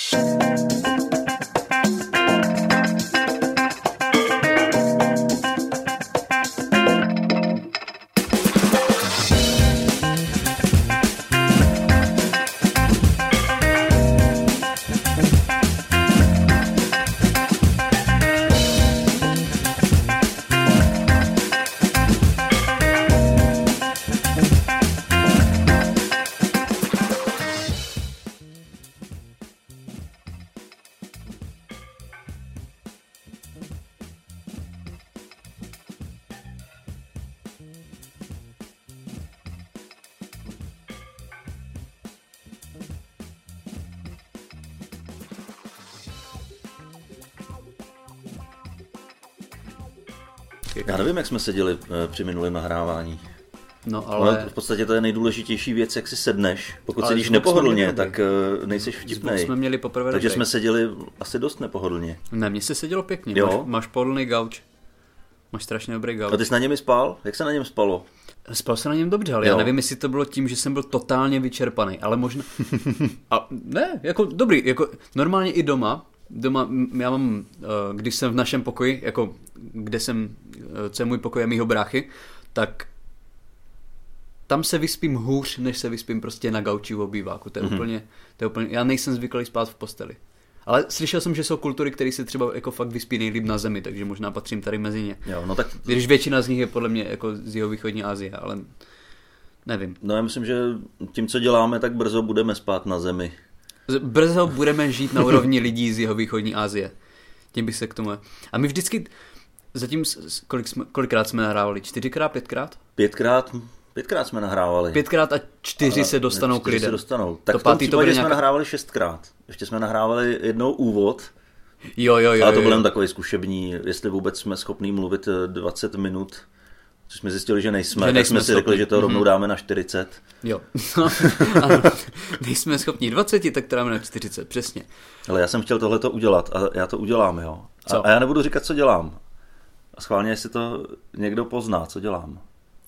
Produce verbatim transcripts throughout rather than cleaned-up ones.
Já nevím, jak jsme seděli při minulém nahrávání. No, ale... ale v podstatě to je nejdůležitější věc, jak si sedneš. Pokud ale sedíš nepohodlně, tak nejseš vtipnej. Jsme měli poprvé Takže dobrý. jsme seděli asi dost nepohodlně. Ne, mně se sedělo pěkně. Jo? Máš, máš pohodlný gauč. Máš strašně dobrý gauč. A ty jsi na něm spal? Jak se na něm spalo? Spal se na něm dobře, ale jo. Já nevím, jestli to bylo tím, že jsem byl totálně vyčerpaný, ale možná... A ne, jako dobrý, jako normálně i doma. Doma, já mám, když jsem v našem pokoji, jako kde jsem, co je můj pokoj a mýho bráchy, tak tam se vyspím hůř, než se vyspím prostě na gauči v obýváku. To je, mm-hmm. úplně, to je úplně, já nejsem zvyklý spát v posteli. Ale slyšel jsem, že jsou kultury, které se třeba jako fakt vyspí nejlíp na zemi, takže možná patřím tady mezi ně. Jo, no tak... Když většina z nich je podle mě jako z jihovýchodní Asie, ale nevím. No já myslím, že tím, co děláme, tak brzo budeme spát na zemi. Brzo budeme žít na úrovni lidí z jihovýchodní Asie. Tím bych se k tomu... A my vždycky... Zatím kolik jsme, kolikrát jsme nahrávali? Čtyřikrát, pětkrát? Pětkrát, pětkrát jsme nahrávali. Pětkrát a čtyři a se dostanou k lidem. Se dostanou. Tak to v tom pátý to případě jsme nějaká... nahrávali šestkrát. Ještě jsme nahrávali jednou úvod. Jo, jo, jo. Ale to byl jo. jen takový zkušební, jestli vůbec jsme schopní mluvit dvacet minut. Což jsme zjistili, že nejsme. Že nejsme tak jsme si řekli, že to rovnou dáme na čtyřicet. Jo. Ano. Nejsme schopni dvacet, tak to dáme na čtyřicet, přesně. Ale já jsem chtěl tohleto udělat a já to udělám, jo. A, a já nebudu říkat, co dělám. A schválně, jestli to někdo pozná, co dělám.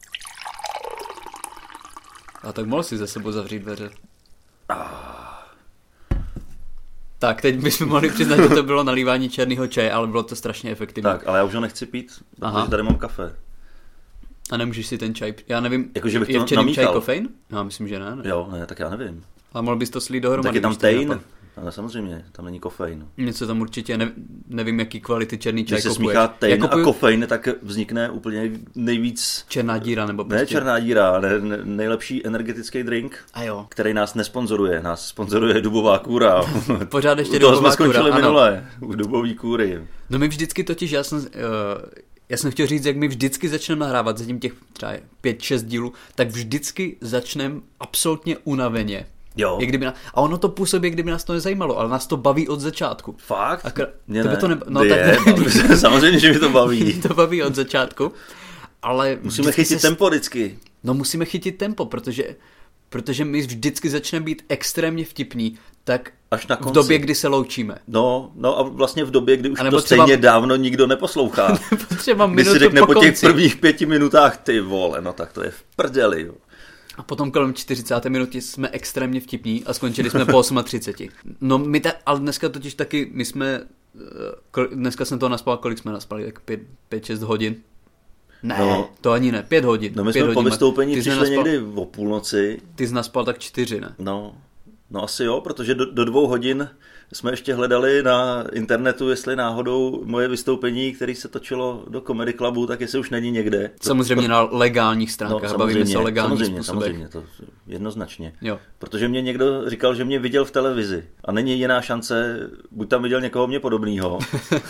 A tak mohl si za sebou zavřít dveře. Ah. Tak, teď bychom mohli přiznat, že to bylo nalívání černého čaje, ale bylo to strašně efektivní. Tak, ale já už ho nechci pít, protože Aha. tady mám kafe. A nemůžeš si ten čaj... Já nevím, jako, že bych je to v černém čaji namíchal. kofein? Já myslím, že ne, ne. Jo, ne, tak já nevím. Ale mohl bys to slít dohromady. Tak je tam tein, ale samozřejmě, tam není kofein. Něco tam určitě, ne, nevím, jaký kvality černý čaj kupuješ. kupuješ. Když se smíchá tein kupuju... a kofein, tak vznikne úplně nejvíc... Černá díra, nebo prostě... Ne černá díra, ne, ne, nejlepší energetický drink, a jo. který nás nesponzoruje. Nás sponzoruje dubová kůra. Pořád ještě dubová kůra. jsme skončili minule, u dubový kůry. No my vždycky totiž, já jsem... Uh... Já jsem chtěl říct, jak my vždycky začneme nahrávat zatím těch třeba pět šest dílů, tak vždycky začneme absolutně unaveně. Jo. Jak kdyby na... A ono to působí, kdyby nás to nezajímalo, ale nás to baví od začátku. Fakt? Akra... Mě Tebe ne. to ne... No, je, tak... Samozřejmě, že mi to baví. Mě to baví od začátku, ale... Musíme chytit se... tempo vždycky. No musíme chytit tempo, protože, protože my vždycky začneme být extrémně vtipní, tak až na konci. V době, kdy se loučíme. No, no a vlastně v době, kdy už to třeba... stejně dávno nikdo neposlouchá. třeba když si řekne po, po těch prvních pěti minutách, ty vole, no tak to je v prdeli. Jo. A potom kolem čtyřicáté minuty jsme extrémně vtipní a skončili jsme po třiceti osmi. No my ta, ale dneska totiž taky, my jsme, dneska jsem toho naspal, kolik jsme naspali, tak pět šest hodin. Ne, no, to ani ne, pět hodin. No my pět jsme hodin, po vystoupení přišli naspal, někdy o půlnoci. Ty jsi naspal tak čtyři, ne? No, no asi jo, protože do, do dvou hodin jsme ještě hledali na internetu, jestli náhodou moje vystoupení, které se točilo do Comedy Clubu, tak jestli už není někde. Samozřejmě to, na legálních stránkách, no, bavíme se o legálních samozřejmě, způsobech. Samozřejmě, to jednoznačně. Jo. Protože mě někdo říkal, že mě viděl v televizi a není jiná šance, buď tam viděl někoho mě podobného,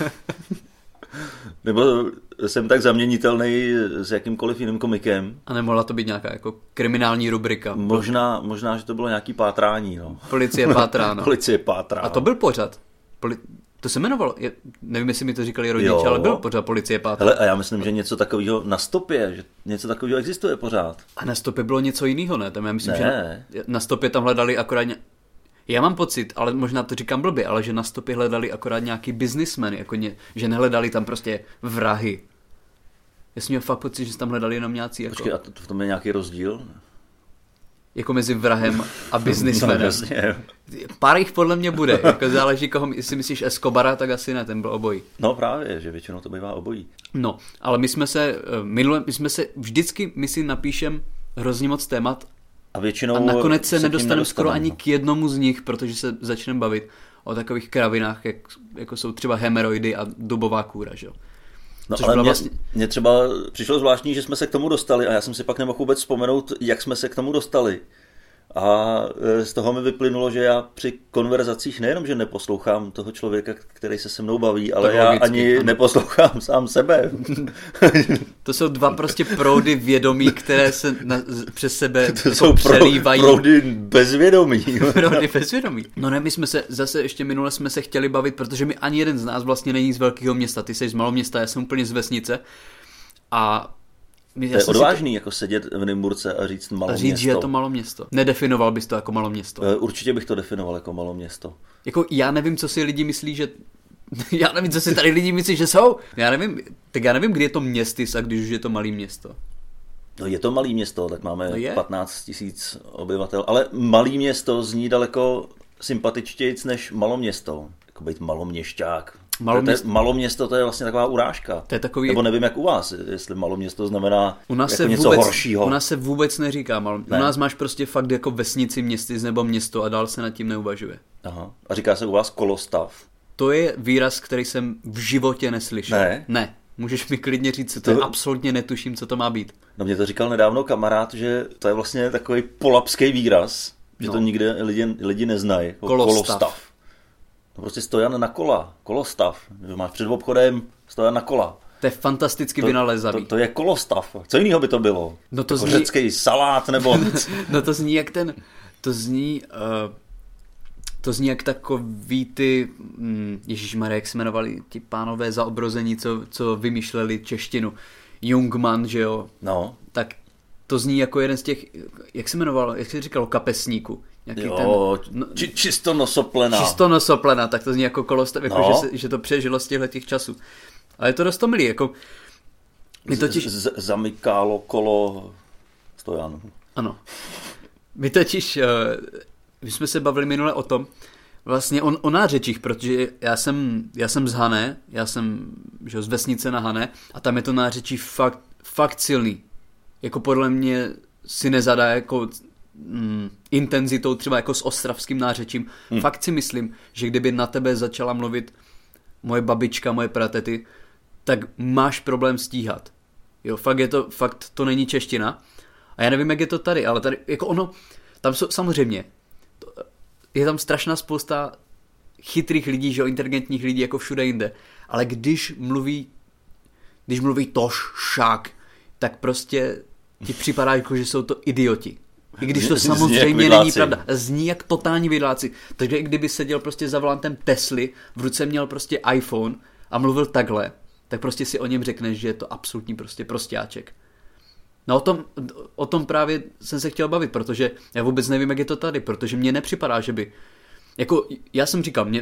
nebo jsem tak zaměnitelný s jakýmkoliv jiným komikem. A nemohla to být nějaká jako kriminální rubrika. Možná, možná že to bylo nějaký pátrání. No. Policie pátrá, no. Policie pátrá. A to byl pořad. Poli... To se jmenovalo, je... nevím, jestli mi to říkali rodiče, jo. Ale byl pořád Policie pátrá. Hele, a já myslím, že něco takového na Stopě, že něco takového existuje pořád. A na Stopě bylo něco jiného, ne? Tam já myslím, ne. že na... na Stopě tam hledali akorát ně... Já mám pocit, ale možná to říkám blbě, ale že na Stopě hledali akorát nějaký businessmeny, jako ně... že nehledali tam prostě vrahy. Já jsem měl fakt pocit, že tam hledali jenom nějací jako... Počkej, a to, v tom je nějaký rozdíl? jako mezi vrahem a biznismenem. Pár jich podle mě bude, jako záleží, koho si myslíš Escobara, tak asi ne, ten byl obojí. No právě, že většinou to bývá obojí. No, ale my jsme se, minule, my jsme se vždycky, my si napíšem hrozně moc témat a, většinou a nakonec se, se nedostaneme skoro no. ani k jednomu z nich, protože se začneme bavit o takových kravinách, jak, jako jsou třeba hemeroidy a dubová kůra, že jo. No ale mě, vlastně... mě třeba přišlo zvláštní, že jsme se k tomu dostali a já jsem si pak nemohl vůbec vzpomenout, jak jsme se k tomu dostali. A z toho mi vyplynulo, že já při konverzacích nejenom, že neposlouchám toho člověka, který se se mnou baví, ale já ani ano. neposlouchám sám sebe. To jsou dva prostě proudy vědomí, které se na, přes sebe to jsou přelívají. Proudy bezvědomí. Proudy bezvědomí. No ne, my jsme se zase ještě minule jsme se chtěli bavit, protože mi ani jeden z nás vlastně není z velkého města. Ty jsi z maloměsta, já jsem úplně z vesnice. A to je odvážný, to... jako sedět v Nymburce a říct malo říct, město. Říct, že je to malo město. Nedefinoval bys to jako malo město. Určitě bych to definoval jako malo město. Jako já nevím, co si lidi myslí, že... já nevím, co si tady lidi myslí, že jsou. Já nevím, tak já nevím, kdy je to městys a když už je to malý město. No je to malý město, tak máme no patnáct tisíc obyvatel, ale malý město zní daleko sympatičtějc než malo město. Jako být maloměšťák. Maloměst... Maloměsto to je vlastně taková urážka. To je takový... Nebo nevím jak u vás, jestli maloměsto znamená u nás jako se něco vůbec, horšího. U nás se vůbec neříká malo... ne. U nás máš prostě fakt jako vesnici, městys nebo město a dál se nad tím neuvažuje. Aha. A říká se u vás kolostav? To je výraz, který jsem v životě neslyšel. Ne? Ne. Můžeš mi klidně říct, co to, to je, absolutně netuším, co to má být. No mě to říkal nedávno kamarád, že to je vlastně takový polapský výraz, že no. to nikde lidi, lidi neznají. Kolostav. Kolostav. No prostě stojan na kola, kolostav. Máš před obchodem stojan na kola. To je fantasticky vynalezavý. To, to je kolostav. Co jiného by to bylo? No to jako zní... řecký salát nebo... no to zní jak ten... To zní... Uh... To zní jak takový ty... Hm, ježišmarja, jak se jmenovali ti pánové zaobrození, co, co vymýšleli češtinu. Jungmann, že jo? No. Tak to zní jako jeden z těch... Jak se jmenovalo? Jak se říkalo? Kapesníku. Jo, ten, no, či, čisto nosoplena. Čisto nosoplena, tak to zní jako kolostav, jako no. že, se, že to přežilo z těchto těch časů. Ale je to dost milý, jako... My totiž... Z, z, zamykálo kolo stojan. Ano. My totiž... Uh, my jsme se bavili minule o tom, vlastně o, o nářečích, protože já jsem, já jsem z Hané, já jsem že, z vesnice na Hané a tam je to nářečí fakt, fakt silný. Jako podle mě si nezadá jako... Mm, intenzitou třeba jako s ostravským nářečím. Hmm. Fakt si myslím, že kdyby na tebe začala mluvit moje babička, moje pratety, tak máš problém stíhat. Jo, fakt je to, fakt to není čeština. A já nevím, jak je to tady, ale tady, jako ono, tam jsou, samozřejmě, je tam strašná spousta chytrých lidí, že jo, inteligentních lidí, jako všude jinde. Ale když mluví, když mluví tož, šák, tak prostě ti připadá, jako, že jsou to idioti. I když to samozřejmě není pravda. Zní jak totální vidláci. Takže i kdyby seděl prostě za volantem Tesly, v ruce měl prostě iPhone a mluvil takhle, tak prostě si o něm řekneš, že je to absolutní prostě prostáček. No o tom, o tom právě jsem se chtěl bavit, protože já vůbec nevím, jak je to tady, protože mně nepřipadá, že by... Jako, já jsem říkal, mě...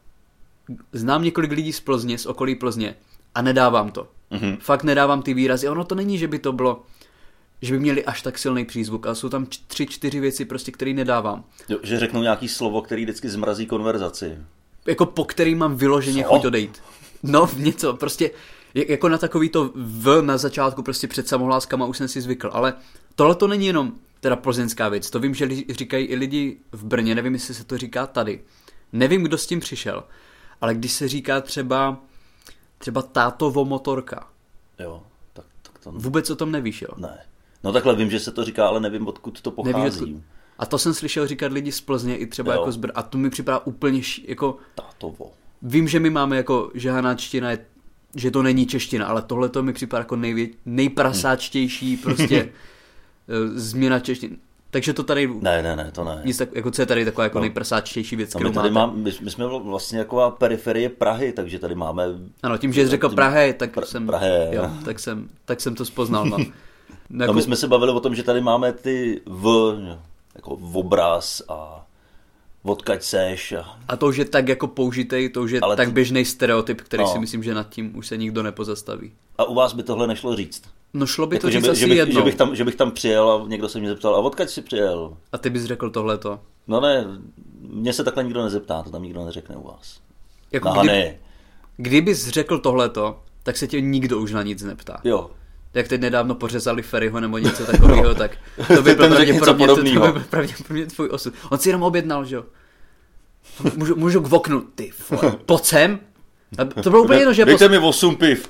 znám několik lidí z Plzně, z okolí Plzně a nedávám to. Mm-hmm. Fakt nedávám ty výrazy. Ono to není, že by to bylo... že by měli až tak silný přízvuk, ale jsou tam tři, čtyři věci, prostě, které nedávám. Jo, že řeknou nějaký slovo, který vždycky zmrazí konverzaci. Jako po který mám vyloženě chuť odejít. No, něco, prostě, jako na takový to v na začátku, prostě před samohláskama už jsem si zvykl, ale tohle to není jenom teda plzeňská věc, to vím, že říkají i lidi v Brně, nevím, jestli se to říká tady. Nevím, kdo s tím přišel, ale když se říká třeba, třeba tátovo motorka. Jo, tak, tak to... Vůbec o tom nevíš, jo? Ne. No takhle vím, že se to říká, ale nevím, odkud to pochází. Nevíš, odkud... A to jsem slyšel říkat lidi z Plzně i třeba jo. Jako z Brna. A to mi připadá úplně š... jako... Tátovo. Vím, že my máme jako žehanáčtina, je... že to není čeština, ale tohle to mi připadá jako nejvě... nejprasáčtější prostě změna češtiny. Takže to tady... Ne, ne, ne, to ne. Nic tak, jako co je tady taková jako no. nejprasáčtější věc, no, my, tady má, my, my jsme vlastně jako periferie Prahy, takže tady máme... Ano, tím, že jsi řekl Prahy, tak pra, jsem... Prahy, jo, tak jsem, tak jsem to spoznal, no. No my jsme se bavili o tom, že tady máme ty v, jako v obraz a odkaď seš. A... a to už je tak jako použitej, to už je ale tak to... běžný stereotyp, který no. si myslím, že nad tím už se nikdo nepozastaví. A u vás by tohle nešlo říct? No šlo by jako, to říct že, by, asi že, bych, jednou. Že bych, tam, že bych tam přijel a někdo se mě zeptal, a odkud jsi přijel? A ty bys řekl tohleto. No ne, mně se takhle nikdo nezeptá, to tam nikdo neřekne u vás. Jako no, kdy, ne. Kdybys řekl tohleto, tak se tě nikdo už na nic neptá. Jo. Jak teď nedávno pořezali Ferryho nebo něco takového, no. Tak to by byl pravděpodobně, to, to by pravděpodobně tvůj osud. On si jenom objednal, že jo. Můžu, můžu k oknu, ty vole, pojď sem. A to bylo úplně jedno, že... Dejte pos... mi osm piv.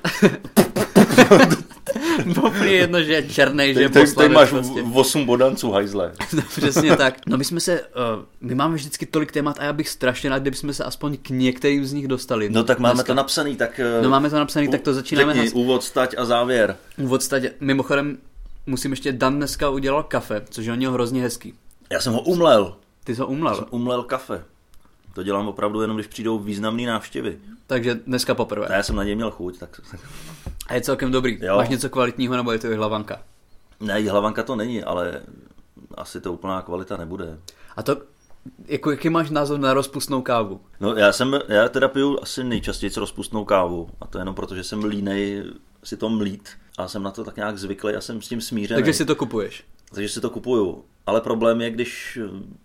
Bylo úplně jedno, že je černej, že je poslanec. Teď máš prostě. osm bodanců, hajzle. No, přesně tak. No my jsme se, uh, my máme vždycky tolik témat a já bych strašně rád, kdybychom se aspoň k některým z nich dostali. No tak máme dneska. to napsaný, tak... No máme to napsaný, u, tak to začínáme... Řekni, has... úvod, stať a závěr. Úvod, stať, mimochodem musím ještě, Dan dneska udělal kafe, což je od něho hrozně hezký. Já jsem ho umlel. Ty jsi ho umlel? Já jsem umlel kafe. To dělám opravdu jenom, když přijdou významné návštěvy. Takže dneska poprvé. A já jsem na něj měl chuť, tak... A je celkem dobrý. Jo. Máš něco kvalitního, nebo je to i hlavanka? Ne, hlavanka to není, ale asi to úplná kvalita nebude. A to, jako, jaký máš názor na rozpustnou kávu? No já jsem, já teda piju asi nejčastěji rozpustnou kávu. A to jenom proto, že jsem línej si to mlít. A jsem na to tak nějak zvyklý a jsem s tím smířený. Takže si to kupuješ? Takže si to kupuju. Ale problém je, když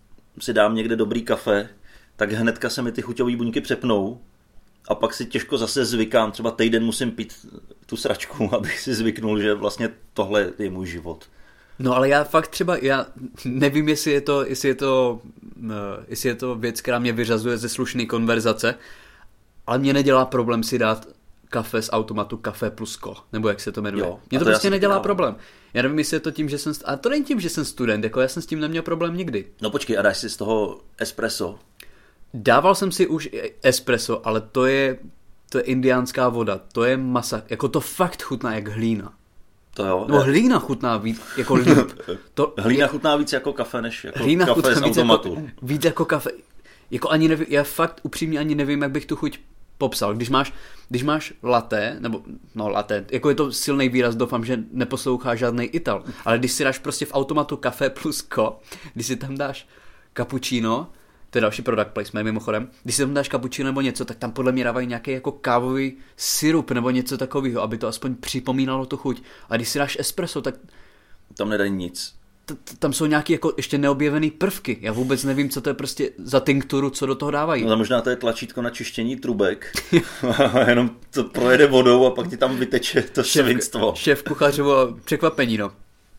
si dám někde dobrý kafe, tak hnedka se mi ty chuťové buňky přepnou a pak si těžko zase zvykám. Třeba týden musím pít tu sračku, abych si zvyknul, že vlastně tohle je můj život. No ale já fakt třeba, já nevím, jestli je to, jestli je to, uh, jestli je to věc, která mě vyřazuje ze slušné konverzace, ale mě nedělá problém si dát kafe z automatu, kafe plus ko, nebo jak se to jmenuje. Jo, mě to, to prostě nedělá dělám. problém. Já nevím, jestli je to tím, že jsem, a to není tím, že jsem student, jako já jsem s tím neměl problém nikdy. No počkej, a dáš si z toho espresso? Dával jsem si už espresso, ale to je, to je indiánská voda, to je masa, jako to fakt chutná jak hlína. To jo. No hlína chutná víc, jako líp. To, hlína chutná víc jako kafe, než jako hlína kafe z víc automatu. Jako, víc jako kafe. Jako ani nevím, já fakt upřímně ani nevím, jak bych tu chuť popsal. Když máš, když máš latte, nebo no latte, jako je to silný výraz, doufám, že neposlouchá žádnej Ital, ale když si dáš prostě v automatu kafe plus ko, když si tam dáš cappuccino, to je další product placement mimochodem, když si tam dáš cappuccino nebo něco, tak tam podle mě dávají nějaký jako kávový syrup nebo něco takového, aby to aspoň připomínalo tu chuť. A když si dáš espresso, tak tam nedají nic. Tam jsou nějaké jako ještě neobjevené prvky. Já vůbec nevím, co to je prostě za tinkturu, co do toho dávají. No možná to je tlačítko na čištění trubek. Jenom to projede vodou a pak ti tam vyteče to svinstvo. Šéf kuchařovo překvapení, no.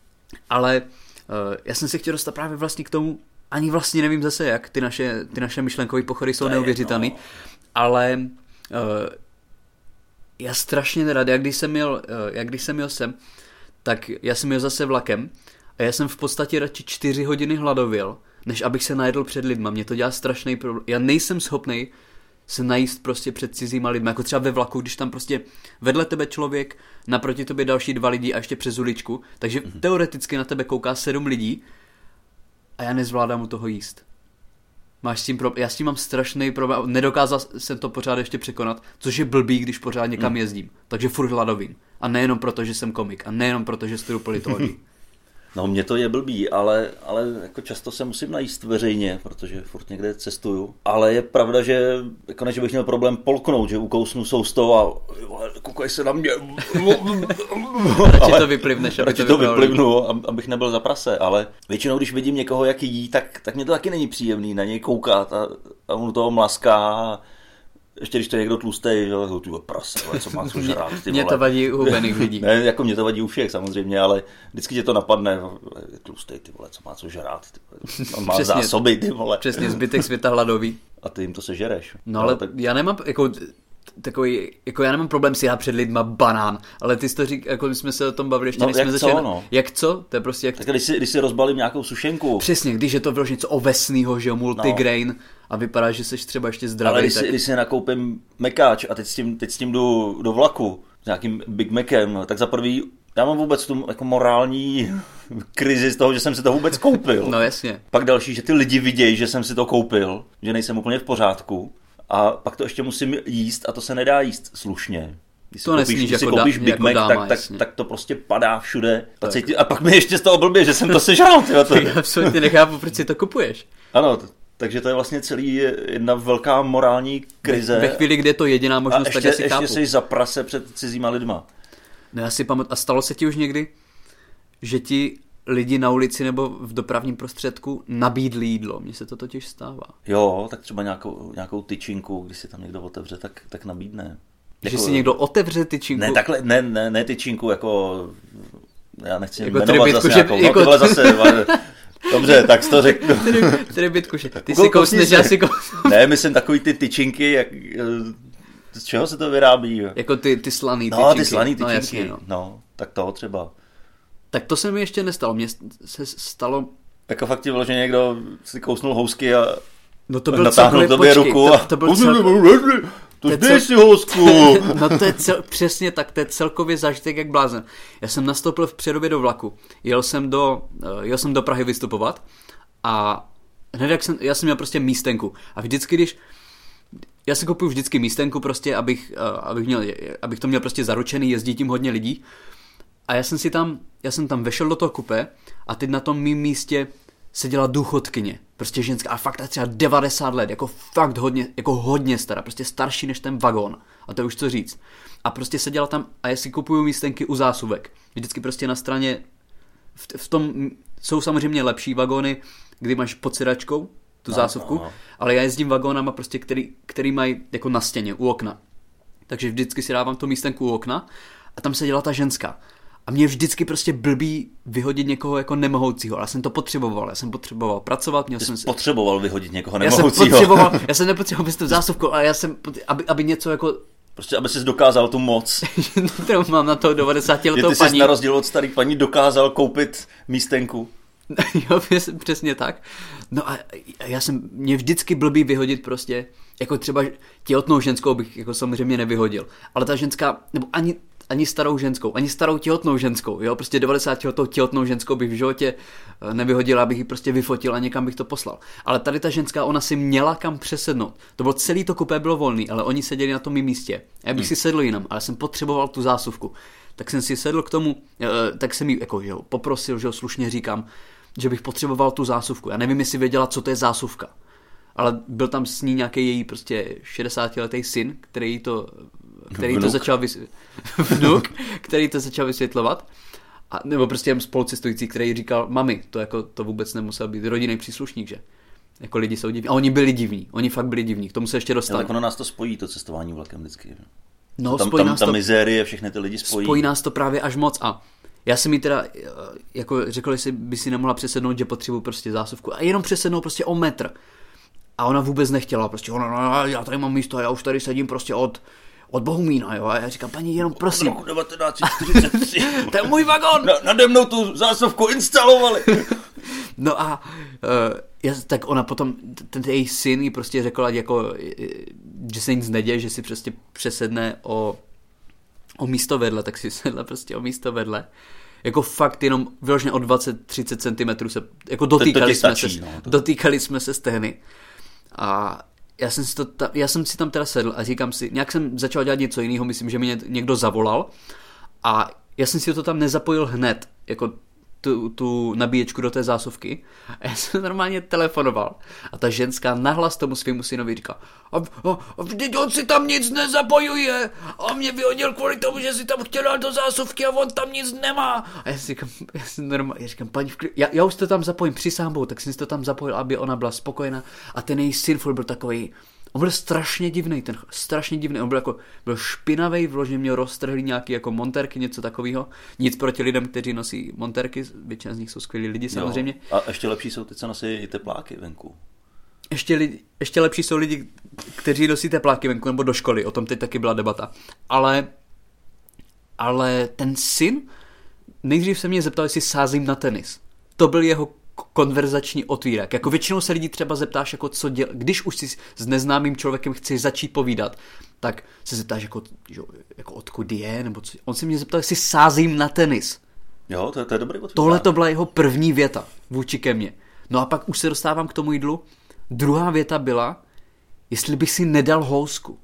Ale uh, já jsem si chtěl dostat právě vlastně k tomu, ani vlastně nevím zase jak, ty naše, ty naše myšlenkové pochody jsou neuvěřitelné, no. Ale uh, já strašně nerad, jak když jsem jel, uh, jak když jsem jel sem, tak já jsem jel zase vlakem a já jsem v podstatě radši čtyři hodiny hladověl, než abych se najedl před lidma. Mě to dělá strašný problém. Já nejsem schopnej se najíst prostě před cizíma lidma, jako třeba ve vlaku, když tam prostě vedle tebe člověk, naproti tobě další dva lidi a ještě přes uličku, takže mm-hmm. teoreticky na tebe kouká sedm lidí a já nezvládám u toho jíst. Máš s tím problém? Já s tím mám strašný problém, nedokázal jsem to pořád ještě překonat, což je blbý, když pořád někam mm. jezdím, takže furt hladovím. A nejenom proto, že jsem komik, a nejenom proto, že studuju politologii. No mě to je blbý, ale, ale jako často se musím najíst veřejně, protože furt někde cestuju. Ale je pravda, že jako než bych měl problém polknout, že ukousnu soustou a koukaj se na mě. Radši to vyplivneš, aby to, to vyplivnu, abych nebyl za prase, ale většinou, když vidím někoho, jak jí, tak, tak mě to taky není příjemný na něj koukat a, a on toho mlaská. Ještě když to je někdo tlustej, že ty prase, co má co žrát, ty vole. Mě to vadí u hubených lidí. Ne, jako mě to vadí u všech samozřejmě, ale vždycky tě to napadne, je tlustej, ty vole, co má co žrát, ty vole. On má přesně, zásoby, ty vole. Přesně, zbytek světa hladový. A ty jim to sežereš. No ale tak... já nemám, jako, takový, jako já nemám problém si já před lidma banán, ale ty jsi to řík, jako my jsme se o tom bavili ještě, no, než jak jsme začali. Co, no? Jak co? To je prostě jak... Tak když si, když si rozbalím nějakou sušenku. Přesně, když je to vyloženě něco ovesného, že jo, multigrain, no. A vypadá, že jsi třeba ještě zdravý. Ale když, tak... si, když si nakoupím mekáč a teď s tím, teď s tím jdu do vlaku s nějakým Big Macem, tak za prvý já mám vůbec tu jako morální krizi z toho, že jsem si to vůbec koupil. No jasně. Pak další, že ty lidi vidějí, že jsem si to koupil, že nejsem úplně v pořádku a pak to ještě musím jíst a to se nedá jíst slušně. Když si to koupíš, nesmíš když si jako, koupíš da, Big jako Mac, dáma, tak, tak, tak to prostě padá všude. A, cítí, a pak mi ještě z toho blbě, že jsem to sežral. To... Já absolutně nechápu, proč si to kupuješ. Ano, t- takže to je vlastně celý jedna velká morální krize. Ve, ve chvíli, kdy je to jediná možnost, a ještě, tak asi ještě chápu. jsi za prase před cizíma lidma. No já si pamatuju, a stalo se ti už někdy, že ti lidi na ulici nebo v dopravním prostředku nabídli jídlo? Mně se to totiž stává. Jo, tak třeba nějakou, nějakou tyčinku, když si tam někdo otevře, tak, tak nabídne. Že jako, si někdo otevře tyčinku? Ne, takhle, ne, ne, ne tyčinku, jako, já nechci jako jmenovat zase že, nějakou, jako... no tyhle zase, dobře, tak to řeknu. Tedy bytkuše, ty si kousneš, já si kousnu. Ne, myslím takový ty tyčinky, jak, z čeho se to vyrábí? Jako ty, ty slaný no, tyčinky. No, ty slaný tyčinky, no, jasně, no. no, tak toho třeba. Tak to se mi ještě nestalo, mně se stalo... Jako fakt ti bylo, že někdo si kousnul housky a no to byl natáhnul celkově, tobě počkej, ruku to, a... to byl celkově... To dej si housku! No to je cel, přesně tak, to je celkově zážitek jak blázen. Já jsem nastoupil v Přerově do vlaku, jel jsem do, jel jsem do Prahy vystupovat a hned jak jsem, já jsem měl prostě místenku a vždycky, když, já si kupuju vždycky místenku prostě, abych, abych, měl, abych to měl prostě zaručený, jezdí tím hodně lidí a já jsem si tam, já jsem tam vešel do toho kupé a teď na tom mým místě seděla důchodkyně, prostě ženská a fakt třeba devadesát let, jako fakt hodně, jako hodně stará, prostě starší než ten vagón a to je už co říct. A prostě seděla tam a já si kupuju místenky u zásuvek. Vždycky prostě na straně, v, v tom jsou samozřejmě lepší vagóny, kdy máš pod sedačkou tu no, zásuvku, no. Ale já jezdím vagónama prostě, který, který mají jako na stěně, u okna. Takže vždycky si dávám tu místenku u okna a tam seděla ta ženská. A mě vždycky prostě blbý vyhodit někoho jako nemohoucího, ale já jsem to potřeboval, já jsem potřeboval pracovat, měl Ty jsem si... potřeboval vyhodit někoho nemohoucího. Já jsem potřeboval, já jsem nepotřeboval bez tu zásuvku, ale já jsem, aby, aby něco jako... Prostě, aby jsi dokázal tu moc. Kterou mám na to devadesátiletou paní. Ty jsi na rozdíl od starých paní dokázal koupit místenku. Jo, přesně tak. No a já jsem, mě vždycky blbý vyhodit prostě, jako třeba těhotnou ženskou bych jako samozřejmě nevyhodil, ale ta ženská, nebo ani... ani starou ženskou, ani starou těhotnou ženskou, jo, prostě devadesátiletou těhotnou ženskou bych v životě nevyhodil, abych ji prostě vyfotil a někam bych to poslal. Ale tady ta ženská, ona si měla kam přesednout. To bylo celý to kupé bylo volný, ale oni seděli na tom mým místě. Já bych hmm. si sedl jinam, ale jsem potřeboval tu zásuvku. Tak jsem si sedl k tomu, tak jsem jí jako, že jo, poprosil, že jo, slušně říkám, že bych potřeboval tu zásuvku. Já nevím, jestli věděla, co to je zásuvka. Ale byl tam s ní nějaký její prostě šedesátiletý syn, který to který Vnuk. to začal vys... Vnuk, který to začal vysvětlovat. A, nebo prostě jen spolucestující, který říkal, mami, to jako to vůbec nemusel být rodinný příslušník, že? Jako lidi jsou divní. A oni byli divní, oni fakt byli divní, k tomu se ještě dostali. Tak ono nás to spojí, to cestování vlakem vždycky. No, tam, spojí tam, nás ta to... mizérie, všechny ty lidi spojí. Spojí nás to právě až moc a já jsem jí teda, jako řekl, jestli by si nemohla přesednout, že potřebuji prostě zásuvku. A jenom přesednout prostě o metr. A ona vůbec nechtěla, prostě ona, no, já tady mám místo, já už tady sedím prostě od od Bohumína, jo, a já říkám, paní, jenom prosím. Roku devatenáct set čtyřicet tři. To je můj vagón. Na, nade mnou tu zásuvku instalovali. No a uh, já, tak ona potom, ten její syn jí prostě řekl, jako, že se nic neděje, že si prostě přesedne o, o místo vedle, tak si sedla prostě o místo vedle. Jako fakt jenom vyloženě o dvacet třicet centimetrů se, jako dotýkali, to, to jsme, stačí, se, no, to... dotýkali jsme se stehny. A Já jsem, si to ta, já jsem si tam teda sedl a říkám si, nějak jsem začal dělat něco jiného, myslím, že mi někdo zavolal a já jsem si to tam nezapojil hned, jako tu, tu nabíječku do té zásuvky a já jsem normálně telefonoval a ta ženská nahlas tomu svýmu synovi říká, a, a, a vždyť on si tam nic nezapojuje a mě vyhodil kvůli tomu, že si tam chtěl dát do zásuvky a on tam nic nemá. A já si říkám, já, jsem normálně, já říkám, paní, já, já už to tam zapojím, přísahám Bohu, tak jsem si to tam zapojil, aby ona byla spokojená a ten její syn byl takový, on byl strašně divný, ten strašně divný, on byl jako, byl špinavý, vložně měl roztrhlý nějaký jako monterky, něco takového. Nic proti lidem, kteří nosí monterky, většina z nich jsou skvělí lidi samozřejmě. Jo, a ještě lepší jsou ty, co nosí i tepláky venku. Ještě, lidi, ještě lepší jsou lidi, kteří nosí tepláky venku nebo do školy, o tom teď taky byla debata. Ale, ale ten syn, nejdřív se mě zeptal, jestli sázím na tenis. To byl jeho konverzační otvírák. Jako většinou se lidi třeba zeptáš, jako co děl... když už si s neznámým člověkem chceš začít povídat, tak se zeptáš, jako, jo, jako odkud je, nebo co. On se mě zeptal, jestli sázím na tenis. Jo, to je, to je dobrý otvírák. Tohle to byla jeho první věta vůči ke mně. No a pak už se dostávám k tomu jídlu. Druhá věta byla, jestli bych si nedal housku.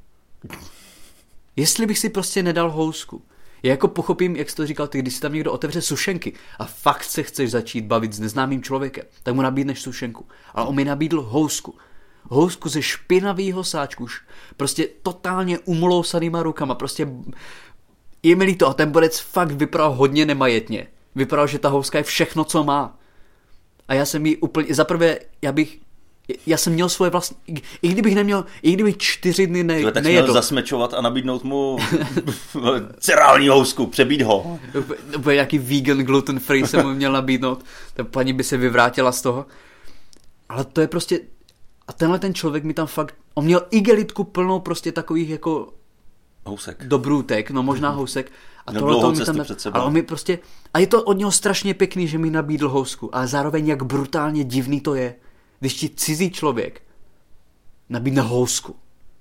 Jestli bych si prostě nedal housku. Já jako pochopím, jak jsi to říkal ty, když si tam někdo otevře sušenky a fakt se chceš začít bavit s neznámým člověkem, tak mu nabídneš sušenku. Ale on mi nabídl housku. Housku ze špinavýho sáčku, prostě totálně umlousanýma rukama, prostě je mi líto, a ten borec fakt vypadal hodně nemajetně. Vypadal, že ta houska je všechno, co má. A já jsem jí úplně, zaprvé, já bych, já jsem měl svoje vlastní, i kdybych neměl, i kdybych čtyři dny ne, tak nejedl. Tak zasmečovat a nabídnout mu cerální housku, přebít ho. Úplně nějaký vegan gluten free jsem mu měl nabídnout, ta paní by se vyvrátila z toho. Ale to je prostě, a tenhle ten člověk mi tam fakt, on měl igelitku plnou prostě takových jako housek. Dobrůtek, no možná housek. A tohle to mi tam, ale on mi prostě, a je to od něho strašně pěkný, že mi nabídl housku, ale zároveň jak brutálně divný to je, když ti cizí člověk nabídne housku.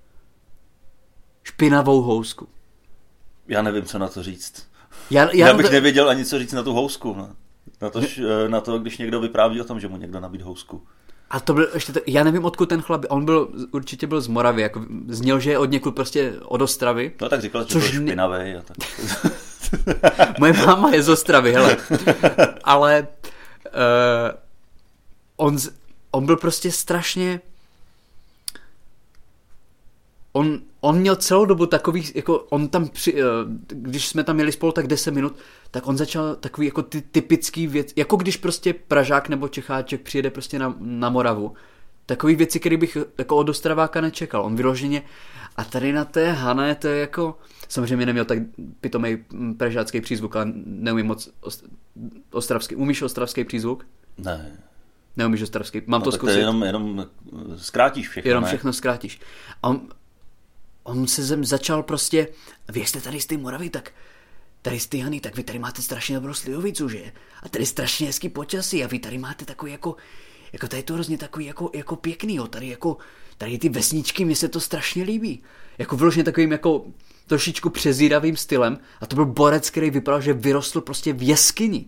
Špinavou housku. Já nevím, co na to říct. Já, já, já bych to... nevěděl ani, co říct na tu housku. No. Na, to, na to, když někdo vypráví o tom, že mu někdo nabídl housku. A to byl ještě, t- já nevím, odkud ten chlap, on byl, určitě byl z Moravy, jako zněl, že je od někud prostě od Ostravy. No tak říkal, že byl špinavý. A tak. Moje máma je z Ostravy, hele. Ale uh, on, on byl prostě strašně, on, on měl celou dobu takových, jako on tam, při, uh, když jsme tam jeli spolu tak deset minut, tak on začal takový jako ty typický věc, jako když prostě Pražák nebo Čecháček přijede prostě na, na Moravu, takový věci, které bych jako od Ostraváka nečekal. On vyloženě, a tady na té Hané, to je jako, samozřejmě neměl tak pitomej pražácký přízvuk, ale neumím moc ost, ostravský. Umíš ostravský přízvuk? Ne. Neumíš ostravský, mám no, to tak zkusit. To jenom, jenom zkrátíš všechno, Jenom ne? všechno zkrátíš. A on, on se zem začal prostě, vy jste tady z té Moravy, tak tady z té Hany, tak vy tady máte strašně dobrou slivovicu, že? A tady strašně hezký počasí a vy tady máte takový jako, jako tady to hrozně takový jako, jako pěkný, jo. Tady jako, tady ty vesničky, mně se to strašně líbí. Jako vyloženě takovým jako trošičku přezíravým stylem a to byl borec, který vypadal, že vyrostl prostě v jeskyni.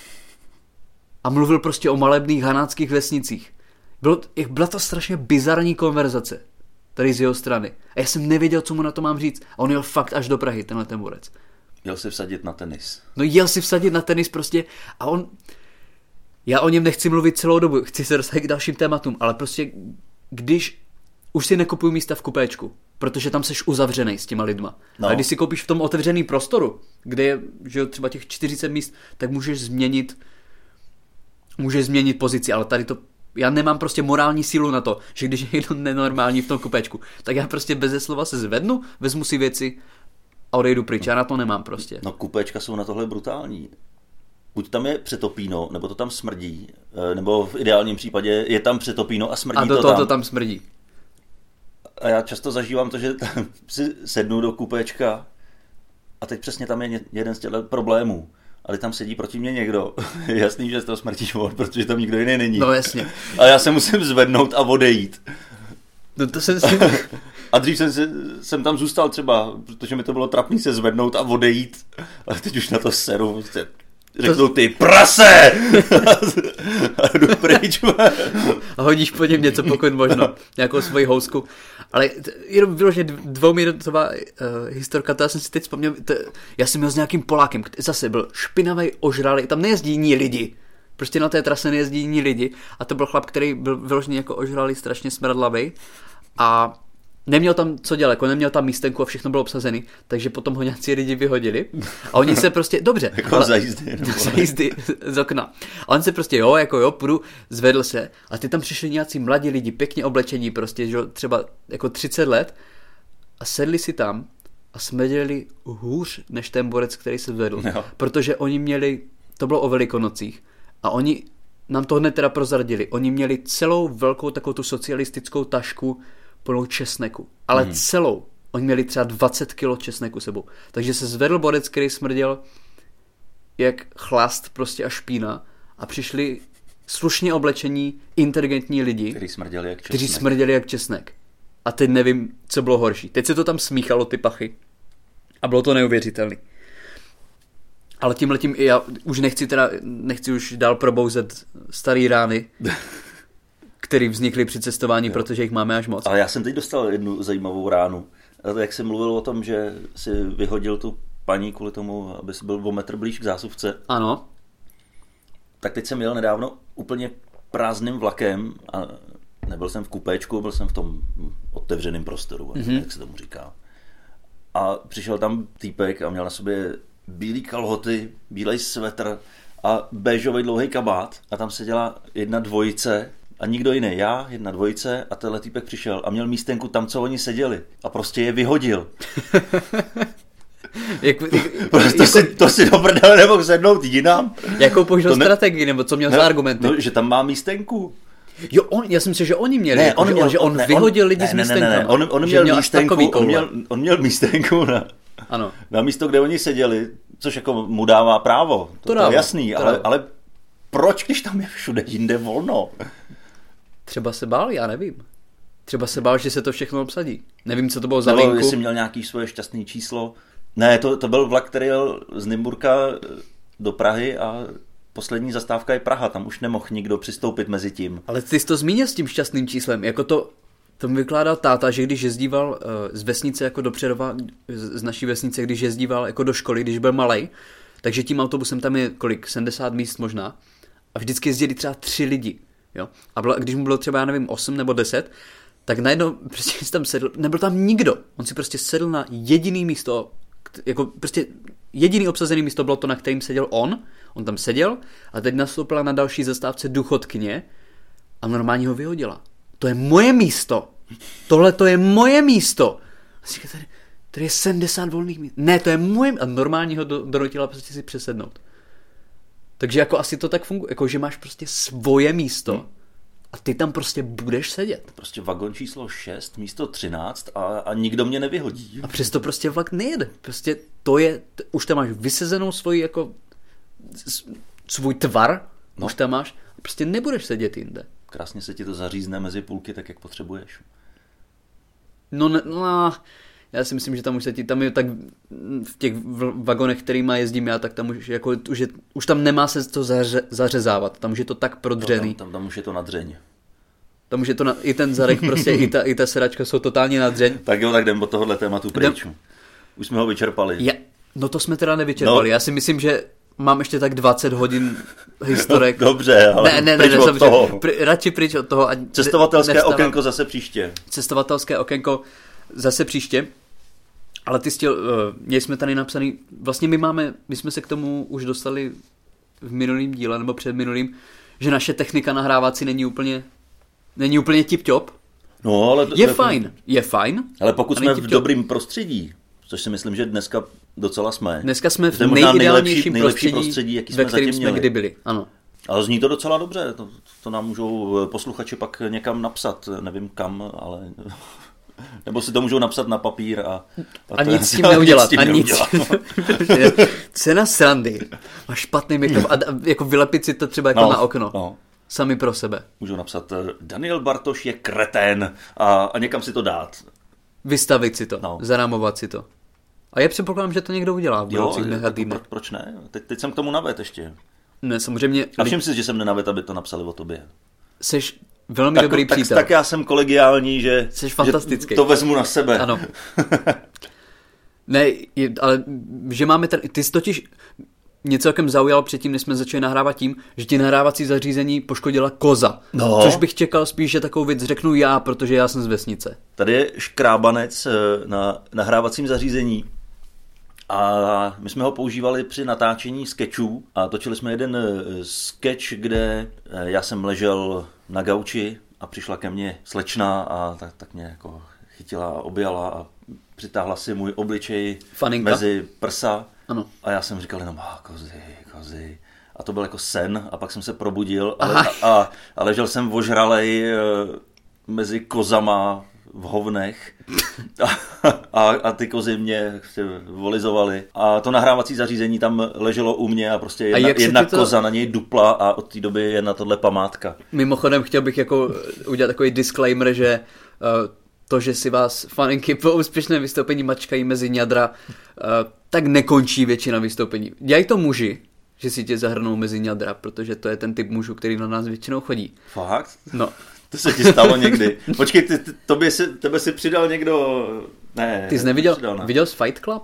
A mluvil prostě o malebných hanáckých vesnicích. Bylo, byla to strašně bizarní konverzace tady z jeho strany. A já jsem nevěděl, co mu na to mám říct. A on jel fakt až do Prahy, tenhle ten borec. Jel si vsadit na tenis. No jel si vsadit na tenis prostě a on... Já o něm nechci mluvit celou dobu, chci se dostat k dalším tématům, ale prostě když už si nekupuju místa v kupéčku, protože tam seš uzavřenej s těma lidma. No. A když si koupíš v tom otevřeném prostoru, kde je že třeba těch čtyřicet míst, tak můžeš změnit můžeš změnit pozici, ale tady to já nemám prostě morální sílu na to, že když je někdo nenormální v tom kupéčku, tak já prostě beze slova se zvednu, vezmu si věci a odejdu pryč. Já na to nemám prostě. No kupéčka jsou na tohle brutální. Buď tam je přetopíno, nebo to tam smrdí, nebo v ideálním případě je tam přetopíno a smrdí a do to toho tam. to tam smrdí. A já často zažívám to, že tam si sednu do kupéčka a teď přesně tam je jeden z těchto problémů. Ale tam sedí proti mě někdo. Je jasný, že z toho smrtíš von, protože tam nikdo jiný není. No jasně. A já se musím zvednout a odejít. No to jsem si... A dřív jsem, se, jsem tam zůstal třeba, protože mi to bylo trapný se zvednout a odejít. Ale teď už na to seru. Řeknou ty prase! A jdu pryč. A hodíš po něm něco, pokud možno. Nějakou svoji housku. Ale jenom vyloženě dvouminutová uh, historka, to já jsem si teď vzpomněl, to, já jsem měl s nějakým Polákem, který zase byl špinavý, ožralý, tam nejezdí jiní lidi. Prostě na té trase nejezdí jiní lidi. A to byl chlap, který byl vyloženě jako ožralý, strašně smradlavý. A neměl tam co dělat, jako neměl tam místenku a všechno bylo obsazený, takže potom ho nějací lidi vyhodili. A oni se prostě, dobře. Jako ale, za jízdy. Za jízdy z okna. A on se prostě, jo, jako jo, půjdu, zvedl se. A ty tam přišli nějací mladí lidi, pěkně oblečení, prostě, že třeba jako třicet let. A sedli si tam a smrděli hůř než ten borec, který se zvedl. Jo. Protože oni měli, to bylo o Velikonocích, a oni nám to hned teda prozradili. Oni měli celou velkou takovou tu socialistickou tašku plnou česneku. Ale hmm. celou. Oni měli třeba dvacet kilo česneku sebou. Takže se zvedl borec, který smrděl jak chlast prostě a špína a přišli slušně oblečení, inteligentní lidi, kteří smrděli jak česnek. Kteří smrděli jak česnek. A teď nevím, co bylo horší. Teď se to tam smíchalo, ty pachy. A bylo to neuvěřitelné. Ale tímhletím já už nechci teda, nechci už dál probouzet starý rány, který vznikly při cestování, jo. Protože jich máme až moc. Ale já jsem teď dostal jednu zajímavou ránu. Jak jsem mluvil o tom, že si vyhodil tu paní kvůli tomu, aby si byl o metr blíž k zásuvce. Ano. Tak teď jsem jel nedávno úplně prázdným vlakem a nebyl jsem v kupéčku, byl jsem v tom otevřeném prostoru, mm-hmm. jak se tomu říká. a přišel tam týpek a měl na sobě bílý kalhoty, bílej svetr a béžový dlouhý kabát a tam seděla jedna dvojice a nikdo jiný, já, jedna dvojice a tenhle týpek přišel a měl místenku tam, co oni seděli a prostě je vyhodil. Jak, jak, prostě jako, si, to si do prdele nemohl sednout jinam. Jakou použil ne, strategii, nebo co měl ne, za argumenty? No, že tam má místenku. Jo, on, já jsem si, že oni měli, ne, jako, on že, měl, že on ne, vyhodil on, lidi ne, s ne, místenkama. Ne, ne, on, on, měl měl místenku, on, měl, on měl místenku na, ano. na místo, kde oni seděli, což jako mu dává právo. To, to, dává, to je jasný, to ale, ale proč, když tam je všude jinde volno? Třeba se bál, já nevím. Třeba se bál, že se to všechno obsadí. Nevím, co to bylo za Nebo linku. jestli měl nějaký svoje šťastné číslo. Ne, to, to byl vlak, který jel z Nymburka do Prahy a poslední zastávka je Praha. Tam už nemohl nikdo přistoupit mezi tím. Ale ty jsi to zmínil s tím šťastným číslem. Jako to, to mi vykládal táta, že když jezdíval uh, z vesnice jako do Přerova, z, z naší vesnice, když jezdíval jako do školy, když byl malej, takže tím autobusem tam je kolik? sedmdesát míst možná. A vždycky jezdili třeba tři lidi. Jo? A bylo, když mu bylo třeba, já nevím, osm nebo deset, tak najednou prostě tam sedl, nebyl tam nikdo. On si prostě sedl na jediný místo, jako prostě jediný obsazený místo bylo to, na kterým seděl on. On tam seděl a teď nastoupila na další zastávce důchodkyně a normálně ho vyhodila. To je moje místo. Tohle to je moje místo. A říká, tady, tady je sedmdesát volných míst. Ne, to je moje a normálně ho do, donutila prostě si přesednout. Takže jako asi to tak funguje, jako že máš prostě svoje místo. Hmm. A ty tam prostě budeš sedět. Prostě vagon číslo šest, místo třináct a, a nikdo mě nevyhodí. A přesto prostě vlak nejede. Prostě to je, t- už tam máš vysezenou svoji jako svůj tvar, no. Už tam máš a prostě nebudeš sedět jinde. Krásně se ti to zařízne mezi půlky tak, jak potřebuješ. No, ne, no já si myslím, že tam už se ti, tam je tak v těch vagonech, kterýma jezdím já, tak tam už, jako, už, je, už tam nemá se to zaře, zařezávat, tam už je to tak prodřený. No, tam, tam, tam už je to na dřeň. Tam už je to, na, i ten zadek, prostě i ta, i ta sedačka jsou totálně na dřeň. Tak jo, tak jdem od tohohle tématu pryč. Už jsme ho vyčerpali. Ja, no to jsme teda nevyčerpali, no. Já si myslím, že mám ještě tak dvacet hodin historek. No, dobře, ale ne, ne, pryč ne, od ne, toho. Pr- radši pryč od toho. Ať Cestovatelské nevstávám. okénko zase příště. Cestovatelské okénko zase příště. Ale ty jsi, uh, měli jsme tady napsaný, vlastně my máme, my jsme se k tomu už dostali v minulým díle, nebo před minulým, že naše technika nahrávací není úplně, není úplně tip-top. No, ale... Je fajn, je fajn. Ale pokud jsme v dobrým prostředí, což si myslím, že dneska docela jsme. Dneska jsme v nejideálnějším prostředí, prostředí, jaký ve jsme kterým zatím jsme měli. kdy byli. Ano. Ale zní to docela dobře, to, to nám můžou posluchači pak někam napsat, nevím kam, ale... Nebo si to můžou napsat na papír a... A, a nic s tím neudělat. Nic a nic. Cena srandy. Má špatný make-up a jako vylepit si to třeba jako no, na okno. No. Sami pro sebe. Můžou napsat, Daniel Bartoš je kretén a, a někam si to dát. Vystavit si to, no. Zarámovat si to. A já předpokládám, že to někdo udělá v budoucích dnech a týdnech. Pro, proč ne? Teď, teď jsem k tomu navet ještě. Ne, samozřejmě... A všim si, že jsem nenavet, aby to napsali o tobě. Seš velmi tak, dobrý tak, přítel. Tak já jsem kolegiální, že, Seš fantastický. Že to vezmu na sebe. Ano. Ne, je, ale že máme tady... Ty jsi totiž... Mě celkem zaujalo předtím, než jsme začali nahrávat tím, že ti nahrávací zařízení poškodila koza. No. Což bych čekal spíš, že takovou věc řeknu já, protože já jsem z vesnice. Tady je škrábanec na nahrávacím zařízení a my jsme ho používali při natáčení skečů a točili jsme jeden skeč, kde já jsem ležel na gauči a přišla ke mně slečna a tak, tak mě jako chytila a objala a přitáhla si můj obličej Faninka. Mezi prsa. Ano. A já jsem říkal jenom, ah, kozy, kozy. A to byl jako sen a pak jsem se probudil a, a, a ležel jsem ožralej e, mezi kozama v hovnech a, a, a ty kozy mě volizovaly. A to nahrávací zařízení tam leželo u mě a prostě jedna, a jedna to... koza na něj dupla a od té doby je na tohle památka. Mimochodem chtěl bych jako udělat takový disclaimer, že uh, to, že si vás faninky po úspěšném vystoupení mačkají mezi ňadra, uh, tak nekončí většina vystoupení. Dělají to muži, že si tě zahrnou mezi ňadra, protože to je ten typ mužů, který na nás většinou chodí. Fakt? No. To se ti stalo někdy. Počkej, ty, ty, tobě si, tebe si přidal někdo... Ne, ty jsi neviděl, viděl jsi Fight Club?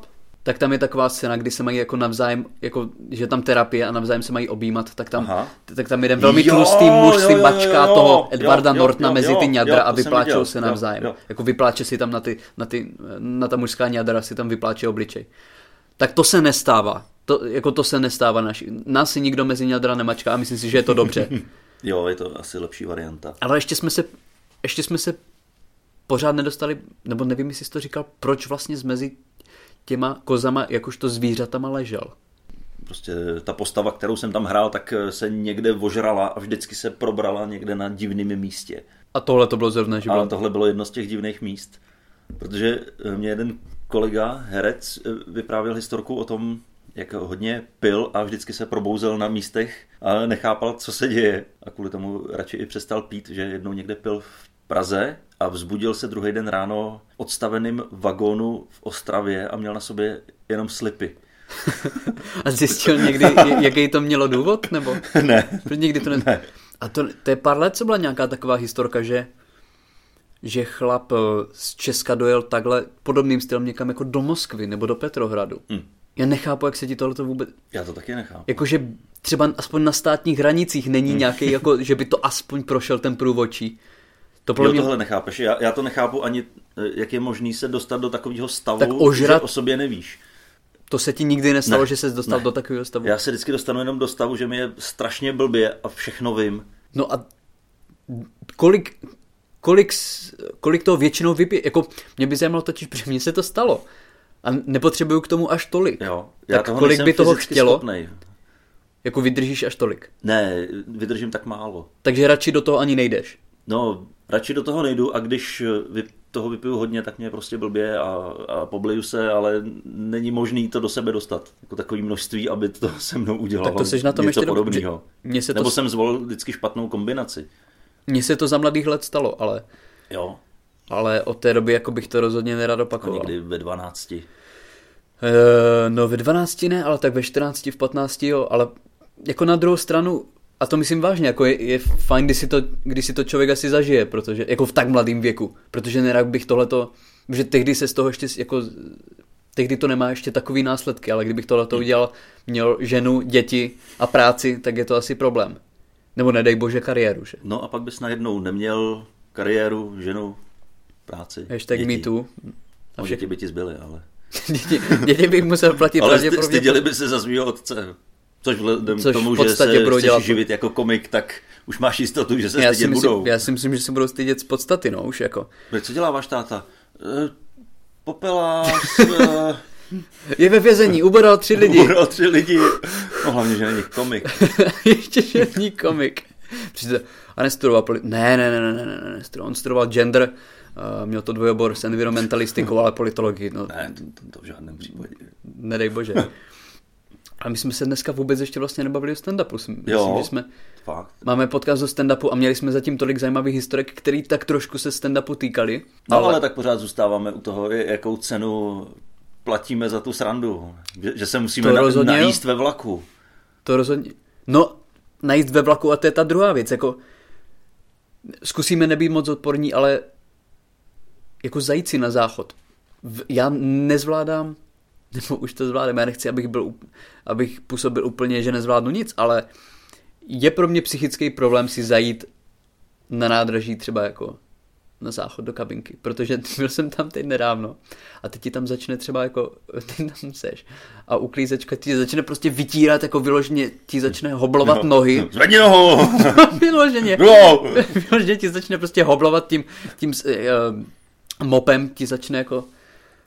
tak tam je taková scéna, kdy se mají jako navzájem, jako, že tam terapie a navzájem se mají objímat, tak tam, tak tam jeden velmi jo, tlustý muž si mačká jo, toho Edwarda jo, Nortona jo, mezi jo, ty ňadra jo, a vypláčou se navzájem. Jo, jo. Jako vypláče si tam na, ty, na, ty, na ta mužská ňadra si tam vypláče obličej. Tak to se nestává. To, jako to se nestává. Naši, nás si nikdo mezi ňadra nemačká a myslím si, že je to dobře. Jo, je to asi lepší varianta. Ale ještě jsme se, ještě jsme se pořád nedostali, nebo nevím, jestli jsi to říkal, proč vlastně mezi těma kozama, jakožto zvířatama ležel. Prostě ta postava, kterou jsem tam hrál, tak se někde ožrala a vždycky se probrala někde na divným místě. A tohle to bylo zrovna, že bylo? A tohle bylo jedno z těch divných míst. Protože mě jeden kolega, herec, vyprávěl historku o tom, jak hodně pil a vždycky se probouzel na místech a nechápal, co se děje. A kvůli tomu radši i přestal pít, že jednou někde pil v Praze a vzbudil se druhý den ráno odstaveným vagónu v Ostravě a měl na sobě jenom slipy. A zjistil někdy, jaký to mělo důvod? Nebo? Ne. Nikdy to ne... ne. A to, to je pár let, co byla nějaká taková historka, že, že chlap z Česka dojel takhle podobným stylem někam jako do Moskvy nebo do Petrohradu. Hmm. Já nechápu, jak se ti tohleto vůbec... Já to taky nechápu. Jakože třeba aspoň na státních hranicích není hmm. nějaký, jako, že by to aspoň prošel ten průvodčí. To jo, mě... tohle nechápeš. Já, já to nechápu ani, jak je možný se dostat do takového stavu, tak ožrat... že o sobě nevíš. To se ti nikdy nestalo, ne, že ses dostal ne. do takového stavu? Já se vždycky dostanu jenom do stavu, že mi je strašně blbě a všechno vím. No a kolik, kolik, kolik toho většinou vypije? Jako, mě by zajímalo totiž, protože mně se to stalo. A nepotřebuju k tomu až tolik. Jo, já tak kolik by toho chtělo? Schopnej. Jako vydržíš až tolik? Ne, vydržím tak málo. Takže radši do toho ani nejdeš? No, radši do toho nejdu a když toho vypiju hodně, tak mě prostě blbě a, a pobliju se, ale není možný to do sebe dostat. Jako takové množství, aby to se mnou udělalo tak to seš na tom něco ještě podobného. To... Nebo jsem zvolil vždycky špatnou kombinaci. Mně se to za mladých let stalo, ale... Jo. Ale od té doby jako bych to rozhodně nerad opakoval. A někdy ve dvanácti. E, no ve dvanácti ne, ale tak ve čtrnácti, v patnácti jo, ale jako na druhou stranu, a to myslím vážně, jako je, je fajn, když si, to, když si to člověk asi zažije, protože jako v tak mladém věku, protože nerad bych tohleto, že tehdy se z toho ještě, jako, tehdy to nemá ještě takový následky, ale kdybych tohleto udělal, měl ženu, děti a práci, tak je to asi problém. Nebo nedej bože kariéru, že? No a pak bys najednou neměl kariéru, ženu, práci, hashtag děti. Me too. A no, děti by ti zbyly, ale... děti, děti bych musel platit. Ale styděli by se za svýho otce. Což vzhledem k tomu, že se chceš dělat... živit jako komik, tak už máš jistotu, že se já stydět myslím, budou. Já si myslím, že se budou stydět z podstaty, no už jako. Co dělá váš táta? E, popelás... Je ve vězení, ubodal tři lidi. Ubodal tři lidi. No hlavně, že není komik. Ještě, že není komik. A nestudoval politi... Ne, ne, ne, ne, ne, ne, nestudoval. On studoval gender, uh, měl to dvojobor s environmentalistikou, ale politologii. No, ne, to, to, to v žádném případě. Nedej bože. A my jsme se dneska vůbec ještě vlastně nebavili o stand-upu. Myslím, jo, že jsme... fakt. Máme podcast o stand-upu a měli jsme zatím tolik zajímavých historek, který tak trošku se stand-upu týkali. No ale... ale tak pořád zůstáváme u toho, jakou cenu platíme za tu srandu. Že, že se musíme na, rozhodně, najíst ve vlaku. To rozhodně. No, najíst ve vlaku a to je ta druhá věc. Jako, zkusíme nebýt moc odporní, ale jako zajít si na záchod. Já nezvládám, nebo už to zvládám, já nechci, abych, byl, abych působil úplně, že nezvládnu nic, ale je pro mě psychický problém si zajít na nádraží třeba jako na záchod do kabinky, protože byl jsem tam teď nedávno a teď ti tam začne třeba jako, ty tam seš a uklízečka ti začne prostě vytírat, jako vyloženě ti začne hoblovat no, nohy. Zvedni nohu! vyloženě. No. vyloženě ti začne prostě hoblovat tím, tím uh, mopem, ti začne jako uh,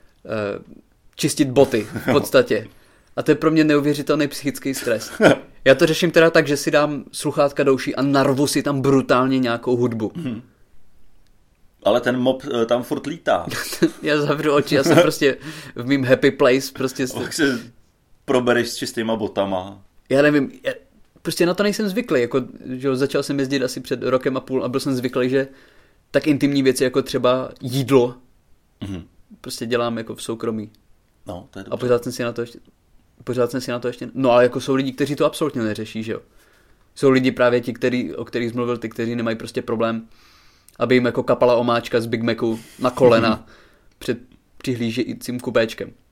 čistit boty v podstatě. A to je pro mě neuvěřitelný psychický stres. Já to řeším teda tak, že si dám sluchátka do uší a narvu si tam brutálně nějakou hudbu. Hmm. Ale ten mop tam furt lítá. Já zavřu oči, já jsem prostě v mým happy place. Prostě tak se probereš s čistýma botama. Já nevím, já prostě na to nejsem zvyklý. Jako, že začal jsem jezdit asi před rokem a půl a byl jsem zvyklý, že tak intimní věci jako třeba jídlo mm-hmm. prostě dělám jako v soukromí. No, to je a pořád jsem si na to ještě... Pořád jsem si na to ještě... No ale jako jsou lidi, kteří to absolutně neřeší, že jo. Jsou lidi právě ti, který, o kterých jsi mluvil, ty, kteří nemají prostě problém, aby jim jako kapala omáčka z Big Macu na kolena před přihlížejícím kupéčkem.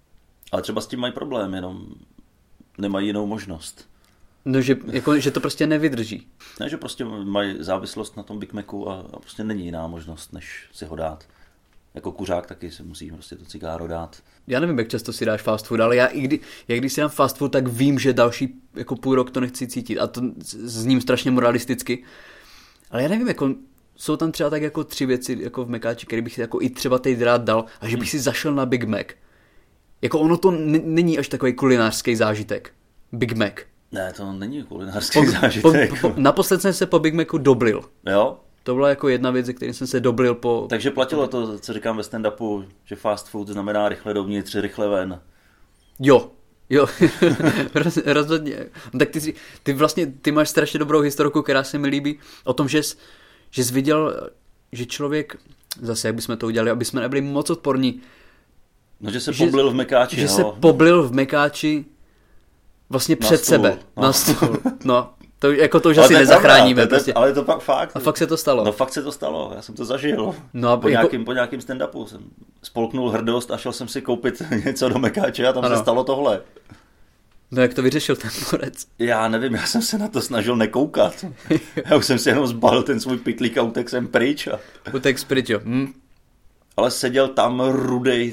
Ale třeba s tím mají problém, jenom nemají jinou možnost. No, že, jako, že to prostě nevydrží. Ne, že prostě mají závislost na tom Big Macu a, a prostě není jiná možnost, než si ho dát. Jako kuřák taky si musí prostě to cigáro dát. Já nevím, jak často si dáš fast food, ale já i kdy, já když si dám fast food, tak vím, že další jako půl rok to nechci cítit a to s ním strašně moralisticky. Ale já nevím, jako jsou tam třeba tak jako tři věci jako v Mekáči, které bych si jako i třeba teď rád dal a že bych si zašel na Big Mac. Jako ono to n- není až takový kulinářský zážitek. Big Mac. Ne, to není kulinářský po, zážitek. Po, po, naposled jsem se po Big Macu doblil. Jo? To byla jako jedna věc, ze kterým jsem se doblil po... Takže platilo to, co říkám ve stand-upu, že fast food znamená rychle dovnitř, rychle ven. Jo, jo, Roz, rozhodně. Tak ty, ty vlastně, ty máš strašně dobrou historku, která se mi líbí, o tom, že jsi, že jsi viděl, že člověk, zase jak bychom to udělali, aby jsme nebyli moc odporní. No, že se že, poblil v Mekáči, Že no. se poblil v Mekáči vlastně na před stůl, sebe, no. na stůl, no. To, jako to už asi nezachráníme. To, to, prostě. Ale to pak fakt. A fakt se to stalo. No fakt se to stalo, já jsem to zažil. No a po, jako... nějakým, po nějakým stand-upu jsem spolknul hrdost a šel jsem si koupit něco do Mekáče a tam ano. se stalo tohle. No jak to vyřešil ten borec? Já nevím, já jsem se na to snažil nekoukat. Já už jsem si jenom zbalil ten svůj pytlík a utek jsem pryč. A... Utek pryč, jo. Hm. Ale seděl tam rudej.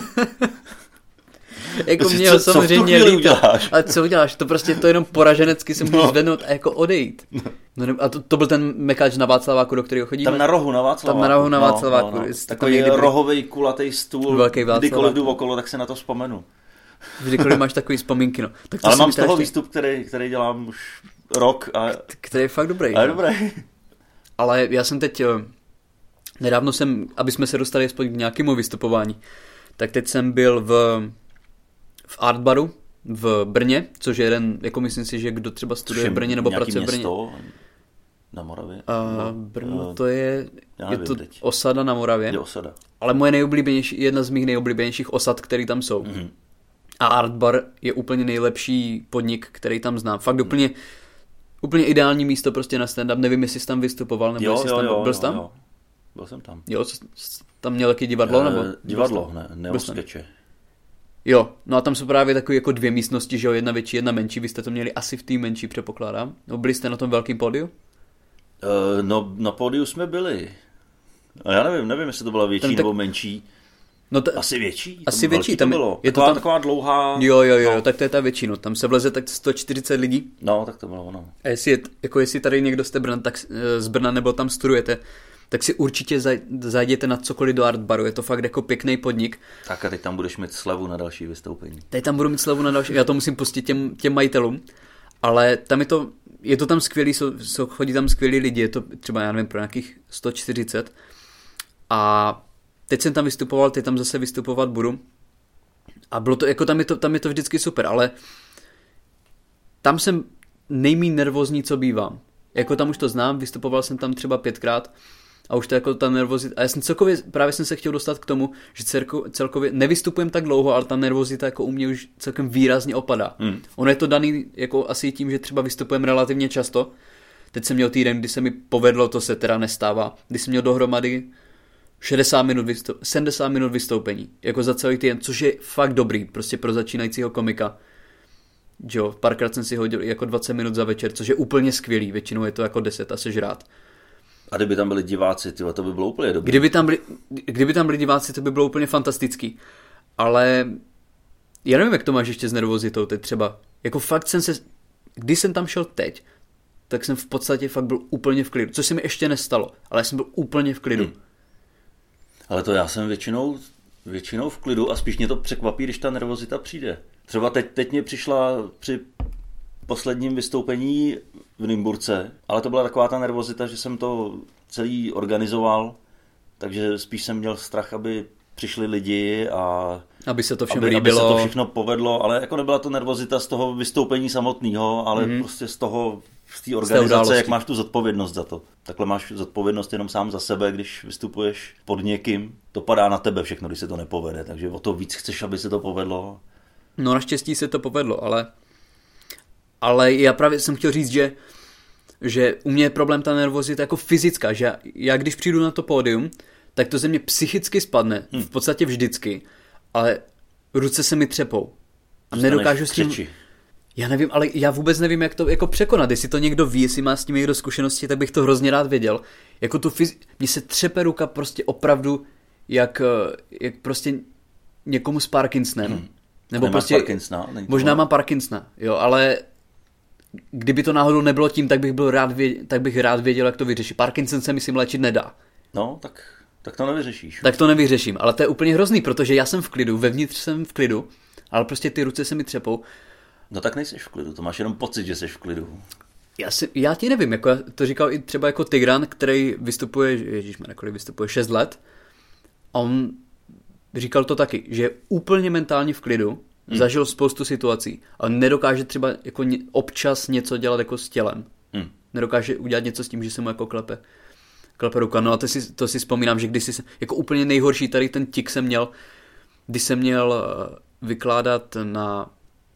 Jako mě ho samozřejmě líto. Ale co uděláš? To prostě to jenom poraženecky se můžeš no. zvednout a jako odejít. No, a to, to byl ten Mekáč na Václaváku, do kterého chodíme? Tam na rohu na Václaváku. Tam na rohu na Václaváku. No, no, no. Takový rohovej kulatý stůl. Kdykoliv jdu okolo, tak se na to vzpomenu. Kdykoliv máš takový vzpomínky, no. Tak to ale mám z toho ještě... výstup, který, který dělám už rok. A... Který je fakt dobrý. A je dobrý. Ale já jsem teď, nedávno jsem, aby jsme se dostali aspoň k nějakému vystupování, tak teď jsem byl v, v Art Baru v Brně, což je jeden, jako myslím si, že kdo třeba studuje v Brně nebo pracuje v Brně. Město na Moravě? A Brno to je, je to teď. osada na Moravě. Je osada. Ale moje nejoblíbenější, jedna z mých nejoblíbenějších osad, které tam jsou. Mm-hmm. A Art Bar je úplně nejlepší podnik, který tam znám. Fakt mm. úplně, úplně ideální místo prostě na stand-up. Nevím, jestli jsi tam vystupoval, nebo jo, jestli jsi jo, tam jo, byl jsi tam? Jo, byl jsem tam. Jo, tam měl taky divadlo? Nebo? Uh, divadlo, ne, nebo skeče. Jo, no a tam jsou právě takové jako dvě místnosti, že jo, jedna větší, jedna menší. Vy jste to měli asi v té menší, předpokládám. No, byli jste na tom velkém pódiu? Uh, no, na pódiu jsme byli. A já nevím, nevím, jestli to byla větší tak... nebo menší. No to, asi větší? Asi větší. To bylo. Je taková, to tam... taková dlouhá... Jo, jo, jo, no. Tak to je ta větší, no. Tam se vleze tak sto čtyřicet lidí. No, tak to bylo ono. A jestli, je, jako jestli tady někdo jste Brna, tak, z Brna nebo tam studujete, tak si určitě zajděte na cokoliv do Art Baru. Je to fakt jako pěkný podnik. Tak a teď tam budeš mít slevu na další vystoupení. Teď tam budu mít slevu na další, já to musím pustit těm, těm majitelům. Ale tam je to, je to tam skvělý, jsou, jsou, chodí tam skvělí lidi, je to třeba, já nevím, pro nějakých sto čtyřicet. A teď jsem tam vystupoval, teď tam zase vystupovat budu. A bylo to, jako tam je to, tam je to vždycky super, ale tam jsem nejméně nervózní, co bývám. Jako tam už to znám, vystupoval jsem tam třeba pětkrát a už to jako ta nervozita. A já jsem celkově, právě jsem se chtěl dostat k tomu, že celko, celkově nevystupujem tak dlouho, ale ta nervozita jako u mě už celkem výrazně opadá. Hmm. Ono je to daný jako asi tím, že třeba vystupujem relativně často. Teď jsem měl týden, kdy se mi povedlo, to se teda nestává, kdy jsem měl dohromady šedesát minut vystoup- sedmdesát minut vystoupení, jako za celý týden, což je fakt dobrý, prostě pro začínajícího komika. Jo, párkrát jsem si hodil jako dvacet minut za večer, což je úplně skvělý, většinou je to jako deset a seš rád. A kdyby tam byli diváci, tyhle, to by bylo úplně dobré. Kdyby tam byli, kdyby tam byli diváci, to by bylo úplně fantastický. Ale já nevím, jak to máš ještě s nervozitou teď třeba. Jako fakt jsem se, když jsem tam šel teď, tak jsem v podstatě fakt byl úplně v klidu, což se mi ještě nestalo, ale jsem byl úplně v klidu. Hmm. Ale to já jsem většinou, většinou v klidu a spíš mě to překvapí, když ta nervozita přijde. Třeba teď, teď mě přišla při posledním vystoupení v Nymburce, ale to byla taková ta nervozita, že jsem to celý organizoval, takže spíš jsem měl strach, aby přišli lidi a aby se to všem aby, líbilo. Aby se to všechno povedlo, ale jako nebyla to nervozita z toho vystoupení samotného, ale mm-hmm. prostě z toho, z té organizace, jak máš tu zodpovědnost za to. Takhle máš zodpovědnost jenom sám za sebe, když vystupuješ pod někým. To padá na tebe všechno, když se to nepovede, takže o to víc chceš, aby se to povedlo. No naštěstí se to povedlo, ale ale já právě jsem chtěl říct, že že u mě je problém ta nervozita jako fyzická, že já, já když přijdu na to pódium, tak to ze mě psychicky spadne, hmm. v podstatě vždycky, ale ruce se mi třepou. A nedokážu s tím... Křeči. Já nevím, ale já vůbec nevím, jak to jako překonat. Jestli to někdo ví, jestli má s tím někdo zkušenosti, tak bych to hrozně rád věděl. Jako tu fyz... Mně se třepe ruka prostě opravdu, jak, jak prostě někomu s Parkinsonem. Hmm. Nebo prostě... Parkinsona? Možná má Parkinsona, jo, ale kdyby to náhodou nebylo tím, tak bych byl rád věděl, tak bych rád věděl, jak to vyřešit. Parkinson se myslím léčit nedá. No, tak, tak to nevyřešíš. Tak to nevyřeším, ale to je úplně hrozný, protože já jsem v klidu, vevnitř jsem v klidu, ale prostě ty ruce se mi třepou. No tak nejseš v klidu, to máš jenom pocit, že jsi v klidu. Já, si, já ti nevím, jako to říkal i třeba jako Tigran, který vystupuje, ježišmarja, kolik vystupuje, šest let. A on říkal to taky, že je úplně mentálně v klidu, hmm. zažil spoustu situací a nedokáže třeba jako ně, občas něco dělat jako s tělem. Hmm. Nedokáže udělat něco s tím, že se mu jako klepe, klepe ruka. No a to si, to si vzpomínám, že když si, jako úplně nejhorší tady ten tik jsem měl, když jsem měl vykládat na,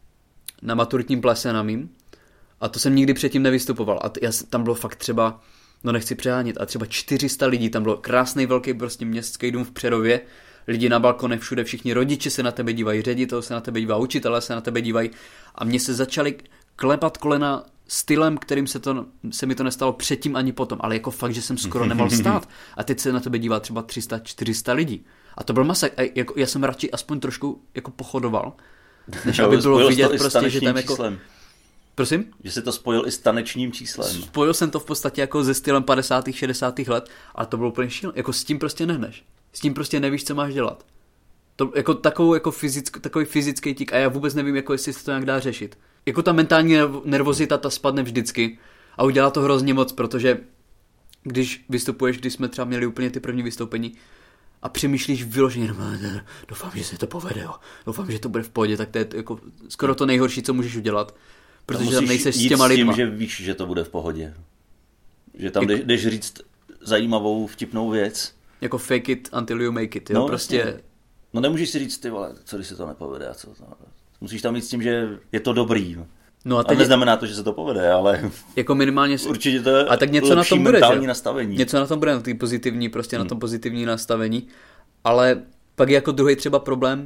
na maturitním plese na mým a to jsem nikdy předtím nevystupoval. A já, tam bylo fakt třeba, no nechci přehánět, a třeba čtyři sta lidí, tam bylo krásný velký prostě městský dům v Přerově, lidi na balkonech, všude všichni rodiče se na tebe dívají, ředitel se na tebe dívá, učitelé se na tebe dívají a mně se začaly klepat kolena stylem, kterým se, to, se mi to nestalo předtím ani potom, ale jako fakt, že jsem skoro nemohl stát a teď se na tebe dívá třeba tři sta čtyři sta lidí a to byl masak, a jako, já jsem radši aspoň trošku jako pochodoval, než aby bylo vidět prostě, že tam jako... Číslem. Prosím? Že jsi to spojil i s tanečním číslem. Spojil jsem to v podstatě jako se stylem padesátých šedesátých let, ale to bylo úplně šílené. Jako s tím prostě nehneš. S tím prostě nevíš, co máš dělat. To jako takovou jako fyzick, takový fyzický tik a já vůbec nevím, jako jestli se to nějak dá řešit. Jako ta mentální nervozita, ta spadne vždycky a udělá to hrozně moc, protože když vystupuješ, když jsme třeba měli úplně ty první vystoupení a přemýšlíš vyloženě, doufám, že se to povede, jo. Doufám, že to bude v pohodě, tak to je jako skoro to nejhorší, co můžeš udělat. Protože tam nejseš s těma lidma. S tím, že víš, že to bude v pohodě. Že tam Jak... jdeš říct zajímavou, vtipnou věc. Jako fake it until you make it, jo? No, prostě... Jasně. No nemůžeš si říct, ty vole, co když se to nepovede a co to... Musíš tam jít s tím, že je to dobrý. No a, a neznamená to, že se to povede, ale... Jako minimálně... Určitě to je a tak něco na tom bude, mentální nastavení. Něco na tom bude, na tý pozitivní, prostě hmm. na tom pozitivní nastavení. Ale pak je jako druhý třeba problém,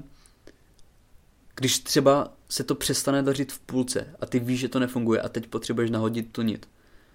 když třeba se to přestane dařit v půlce a ty víš, že to nefunguje a teď potřebuješ nahodit tu nit.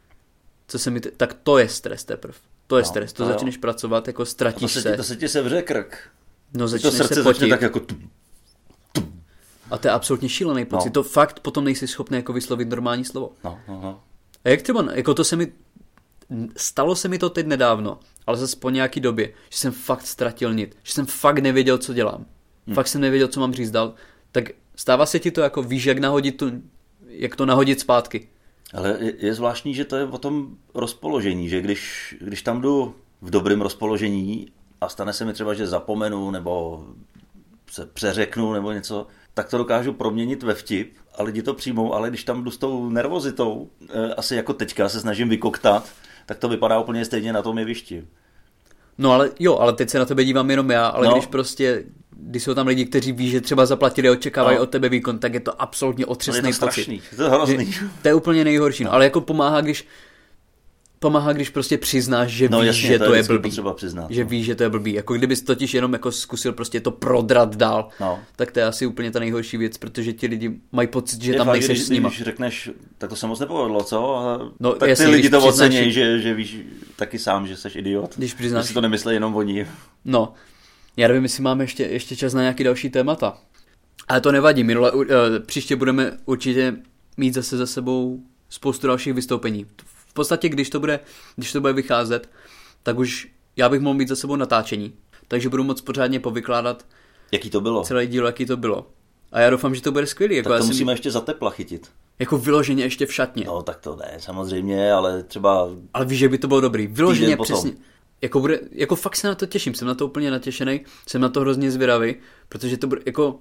Co se mi t- tak to je stres teprv. To je no, stres, to, to začneš jo. pracovat, jako ztratíš to se. se. To se ti sevře krk. No začneš to srdce se potit. Tak jako tu, tu. A to je absolutně šílený pocit. No. To fakt potom nejsi schopný jako vyslovit normální slovo. No, no, no. A jak třeba, jako to se mi, stalo se mi to teď nedávno, ale zase po nějaký době, že jsem fakt ztratil nit, že jsem fakt nevěděl, co dělám. Hmm. Fakt jsem nevěděl, co mám říct dál. Tak stává se ti to jako, víš, jak nahodit tu, jak to nahodit zpátky. Ale je, je zvláštní, že to je o tom rozpoložení, že když, když tam jdu v dobrém rozpoložení a stane se mi třeba, že zapomenu nebo se přeřeknu nebo něco, tak to dokážu proměnit ve vtip a lidi to přijmou, ale když tam jdu s tou nervozitou, asi jako teďka se snažím vykoktat, tak to vypadá úplně stejně na tom jevišti. No ale jo, ale teď se na tebe dívám jenom já, ale no. když prostě, když jsou tam lidi, kteří ví, že třeba zaplatili a očekávají no. od tebe výkon, tak je to absolutně otřesný pocit. Je to strašný, to je hrozný. To je úplně nejhorší, no. Ale jako pomáhá, když pomáhá, když prostě přiznáš, že no, víš, jasně, že to je, je blbý. Přiznat, že no. víš, že to je blbý. Jako kdybys totiž jenom jako zkusil prostě to prodrat dál, no. tak to je asi úplně ta nejhorší věc, protože ti lidi mají pocit, že je tam fakt, nejseš když, s nima. Když řekneš, tak to se moc nepovedlo, co? A no, tak jasně, ty lidi to přiznáš, ocení, že, že víš taky sám, že jsi idiot. Když přiznáš. Že si to nemyslí jenom oni. No, já nevím, jestli máme ještě, ještě čas na nějaký další témata. Ale to nevadí, minule, uh, příště budeme určitě mít zase za sebou spoustu dalších vystoupení. V podstatě, když to bude, když to bude vycházet, tak už já bych mohl mít za sebou natáčení, takže budu moc pořádně povykládat jaký to bylo. Celý díl, jaký to bylo. A já doufám, že to bude skvělý. Jako tak to já musíme si... ještě za tepla chytit. Jako vyloženě ještě v šatně. No tak to ne, samozřejmě, ale třeba... Ale víš, že by to bylo dobrý. Vyloženě přesně. Jako, bude, jako fakt se na to těším, jsem na to úplně natěšený, jsem na to hrozně zvědavý, protože to bude jako...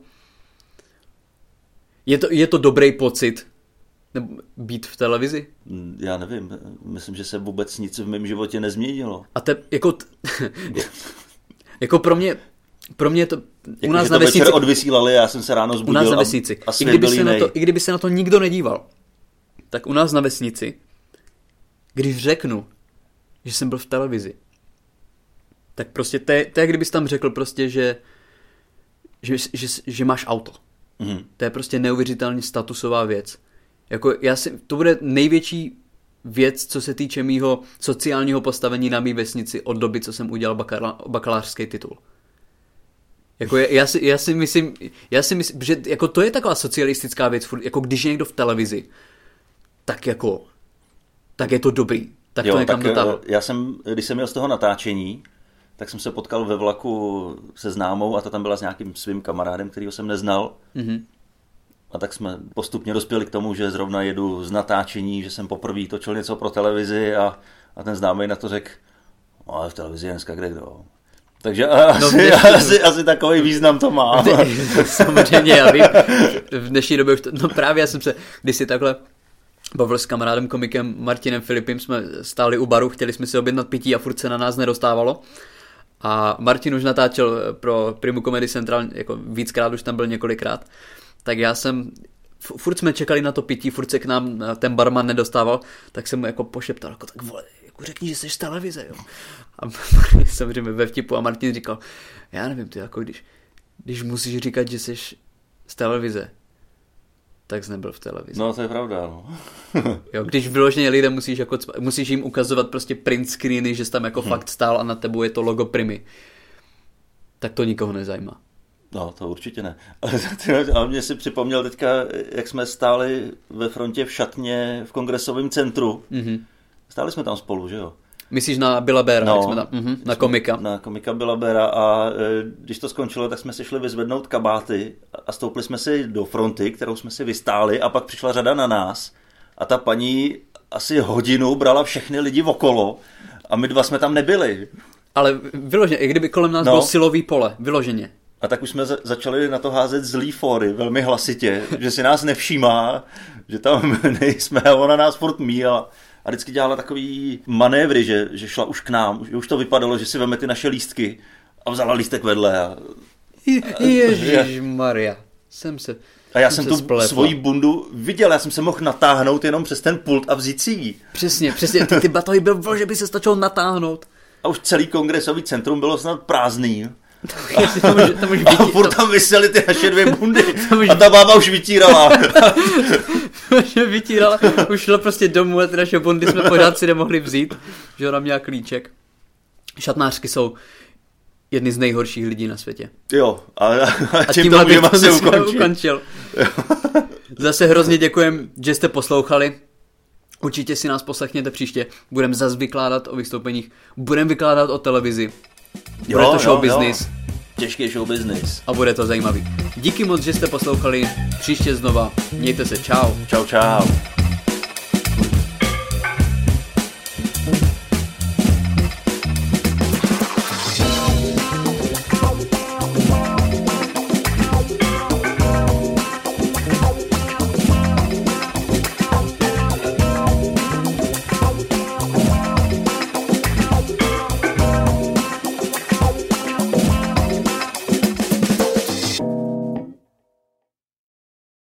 Je to, je to dobrý pocit, nebo být v televizi? Já nevím, myslím, že se vůbec nic v mém životě nezměnilo. A te, jako, t... jako pro mě, pro mě to, jako, u nás že na to vesnici... večer odvysílali, já jsem se ráno zbudil u nás na vesnici. a, a I kdyby, se na to, I kdyby se na to nikdo nedíval, tak u nás na vesnici, když řeknu, že jsem byl v televizi, tak prostě to je, to je kdybys tam řekl prostě, že že, že, že máš auto. Mm. To je prostě neuvěřitelně statusová věc. Jako já si, to bude největší věc, co se týče mýho sociálního postavení na mý vesnici od doby, co jsem udělal bakala, bakalářský titul. Jako já, já, si, já si myslím, já si myslím, že jako to je taková socialistická věc, jako když je někdo v televizi, tak jako, tak je to dobrý. Tak jo, to někam dotáhl. Já jsem, když jsem měl z toho natáčení, tak jsem se potkal ve vlaku se známou a ta tam byla s nějakým svým kamarádem, kterýho jsem neznal. Mm-hmm. A tak jsme postupně dospěli k tomu, že zrovna jedu z natáčení, že jsem poprvé točil něco pro televizi a, a ten známý na to řekl, no, ale v televizi je dneska kde kdo. Takže asi, no dnešní... asi, asi takový význam to má. Samozřejmě, já vím. V dnešní době už to, no právě já jsem se kdysi takhle bavil s kamarádem komikem Martinem Filipem, jsme stáli u baru, chtěli jsme si objednat pití a furt se na nás nedostávalo. A Martin už natáčel pro Primu Comedy Central, jako víckrát, už tam byl několikrát. Tak já jsem, furt jsme čekali na to pití, furt se k nám ten barman nedostával, tak jsem mu jako pošeptal, jako tak vole, jako řekni, že jsi z televize, jo. A samozřejmě ve vtipu a Martin říkal, já nevím, ty jako když, když musíš říkat, že jsi z televize, tak jsi nebyl v televizi. No to je pravda, no. Jo, když vyloženě lidem musíš, jako, musíš jim ukazovat prostě print screeny, že jsi tam jako hmm. fakt stál a na tebou je to logo Primy, tak to nikoho nezajímá. No, to určitě ne. A mě si připomněl teďka, jak jsme stáli ve frontě v šatně v kongresovém centru. Mm-hmm. Stáli jsme tam spolu, že jo? Myslíš na Billa Beara? No, jak jsme tam, mm-hmm, na komika. Na komika Billa Beara a e, když to skončilo, tak jsme si šli vyzvednout kabáty a stoupli jsme si do fronty, kterou jsme si vystáli a pak přišla řada na nás a ta paní asi hodinu brala všechny lidi okolo a my dva jsme tam nebyli. Ale vyloženě, i kdyby kolem nás no. bylo silový pole, vyloženě. A tak už jsme za- začali na to házet zlý fóry, velmi hlasitě, že si nás nevšímá, že tam nejsme a ona nás furt míjela. A vždycky dělala takový manévry, že, že šla už k nám, že už to vypadalo, že si veme ty naše lístky a vzala lístek vedle. A, a, Ježišmarja, jsem se A já jsem, jsem tu spletla. Svoji bundu viděl, já jsem se mohl natáhnout jenom přes ten pult a vzít si ji. Přesně, přesně, ty, ty batohy byl, že by se stačilo natáhnout. A už celý kongresový centrum bylo snad prázdný. to může, to může a furt tam visely ty naše dvě bundy a ta bába už vytírala. vytírala, už šla prostě domů a ty naše bundy jsme pořád si nemohli vzít, že ona měla klíček. Šatnářky jsou jedny z nejhorších lidí na světě. Jo, a, a, a tím to bych to ukončil. ukončil. Zase hrozně děkujem, že jste poslouchali. Určitě si nás poslechněte příště. Budeme zase vykládat o vystoupeních, budeme vykládat o televizi. Bude jo, to show business. Těžký show business. A bude to zajímavý. Díky moc, že jste poslouchali. Příště znova. Mějte se. Čau. Čau, čau.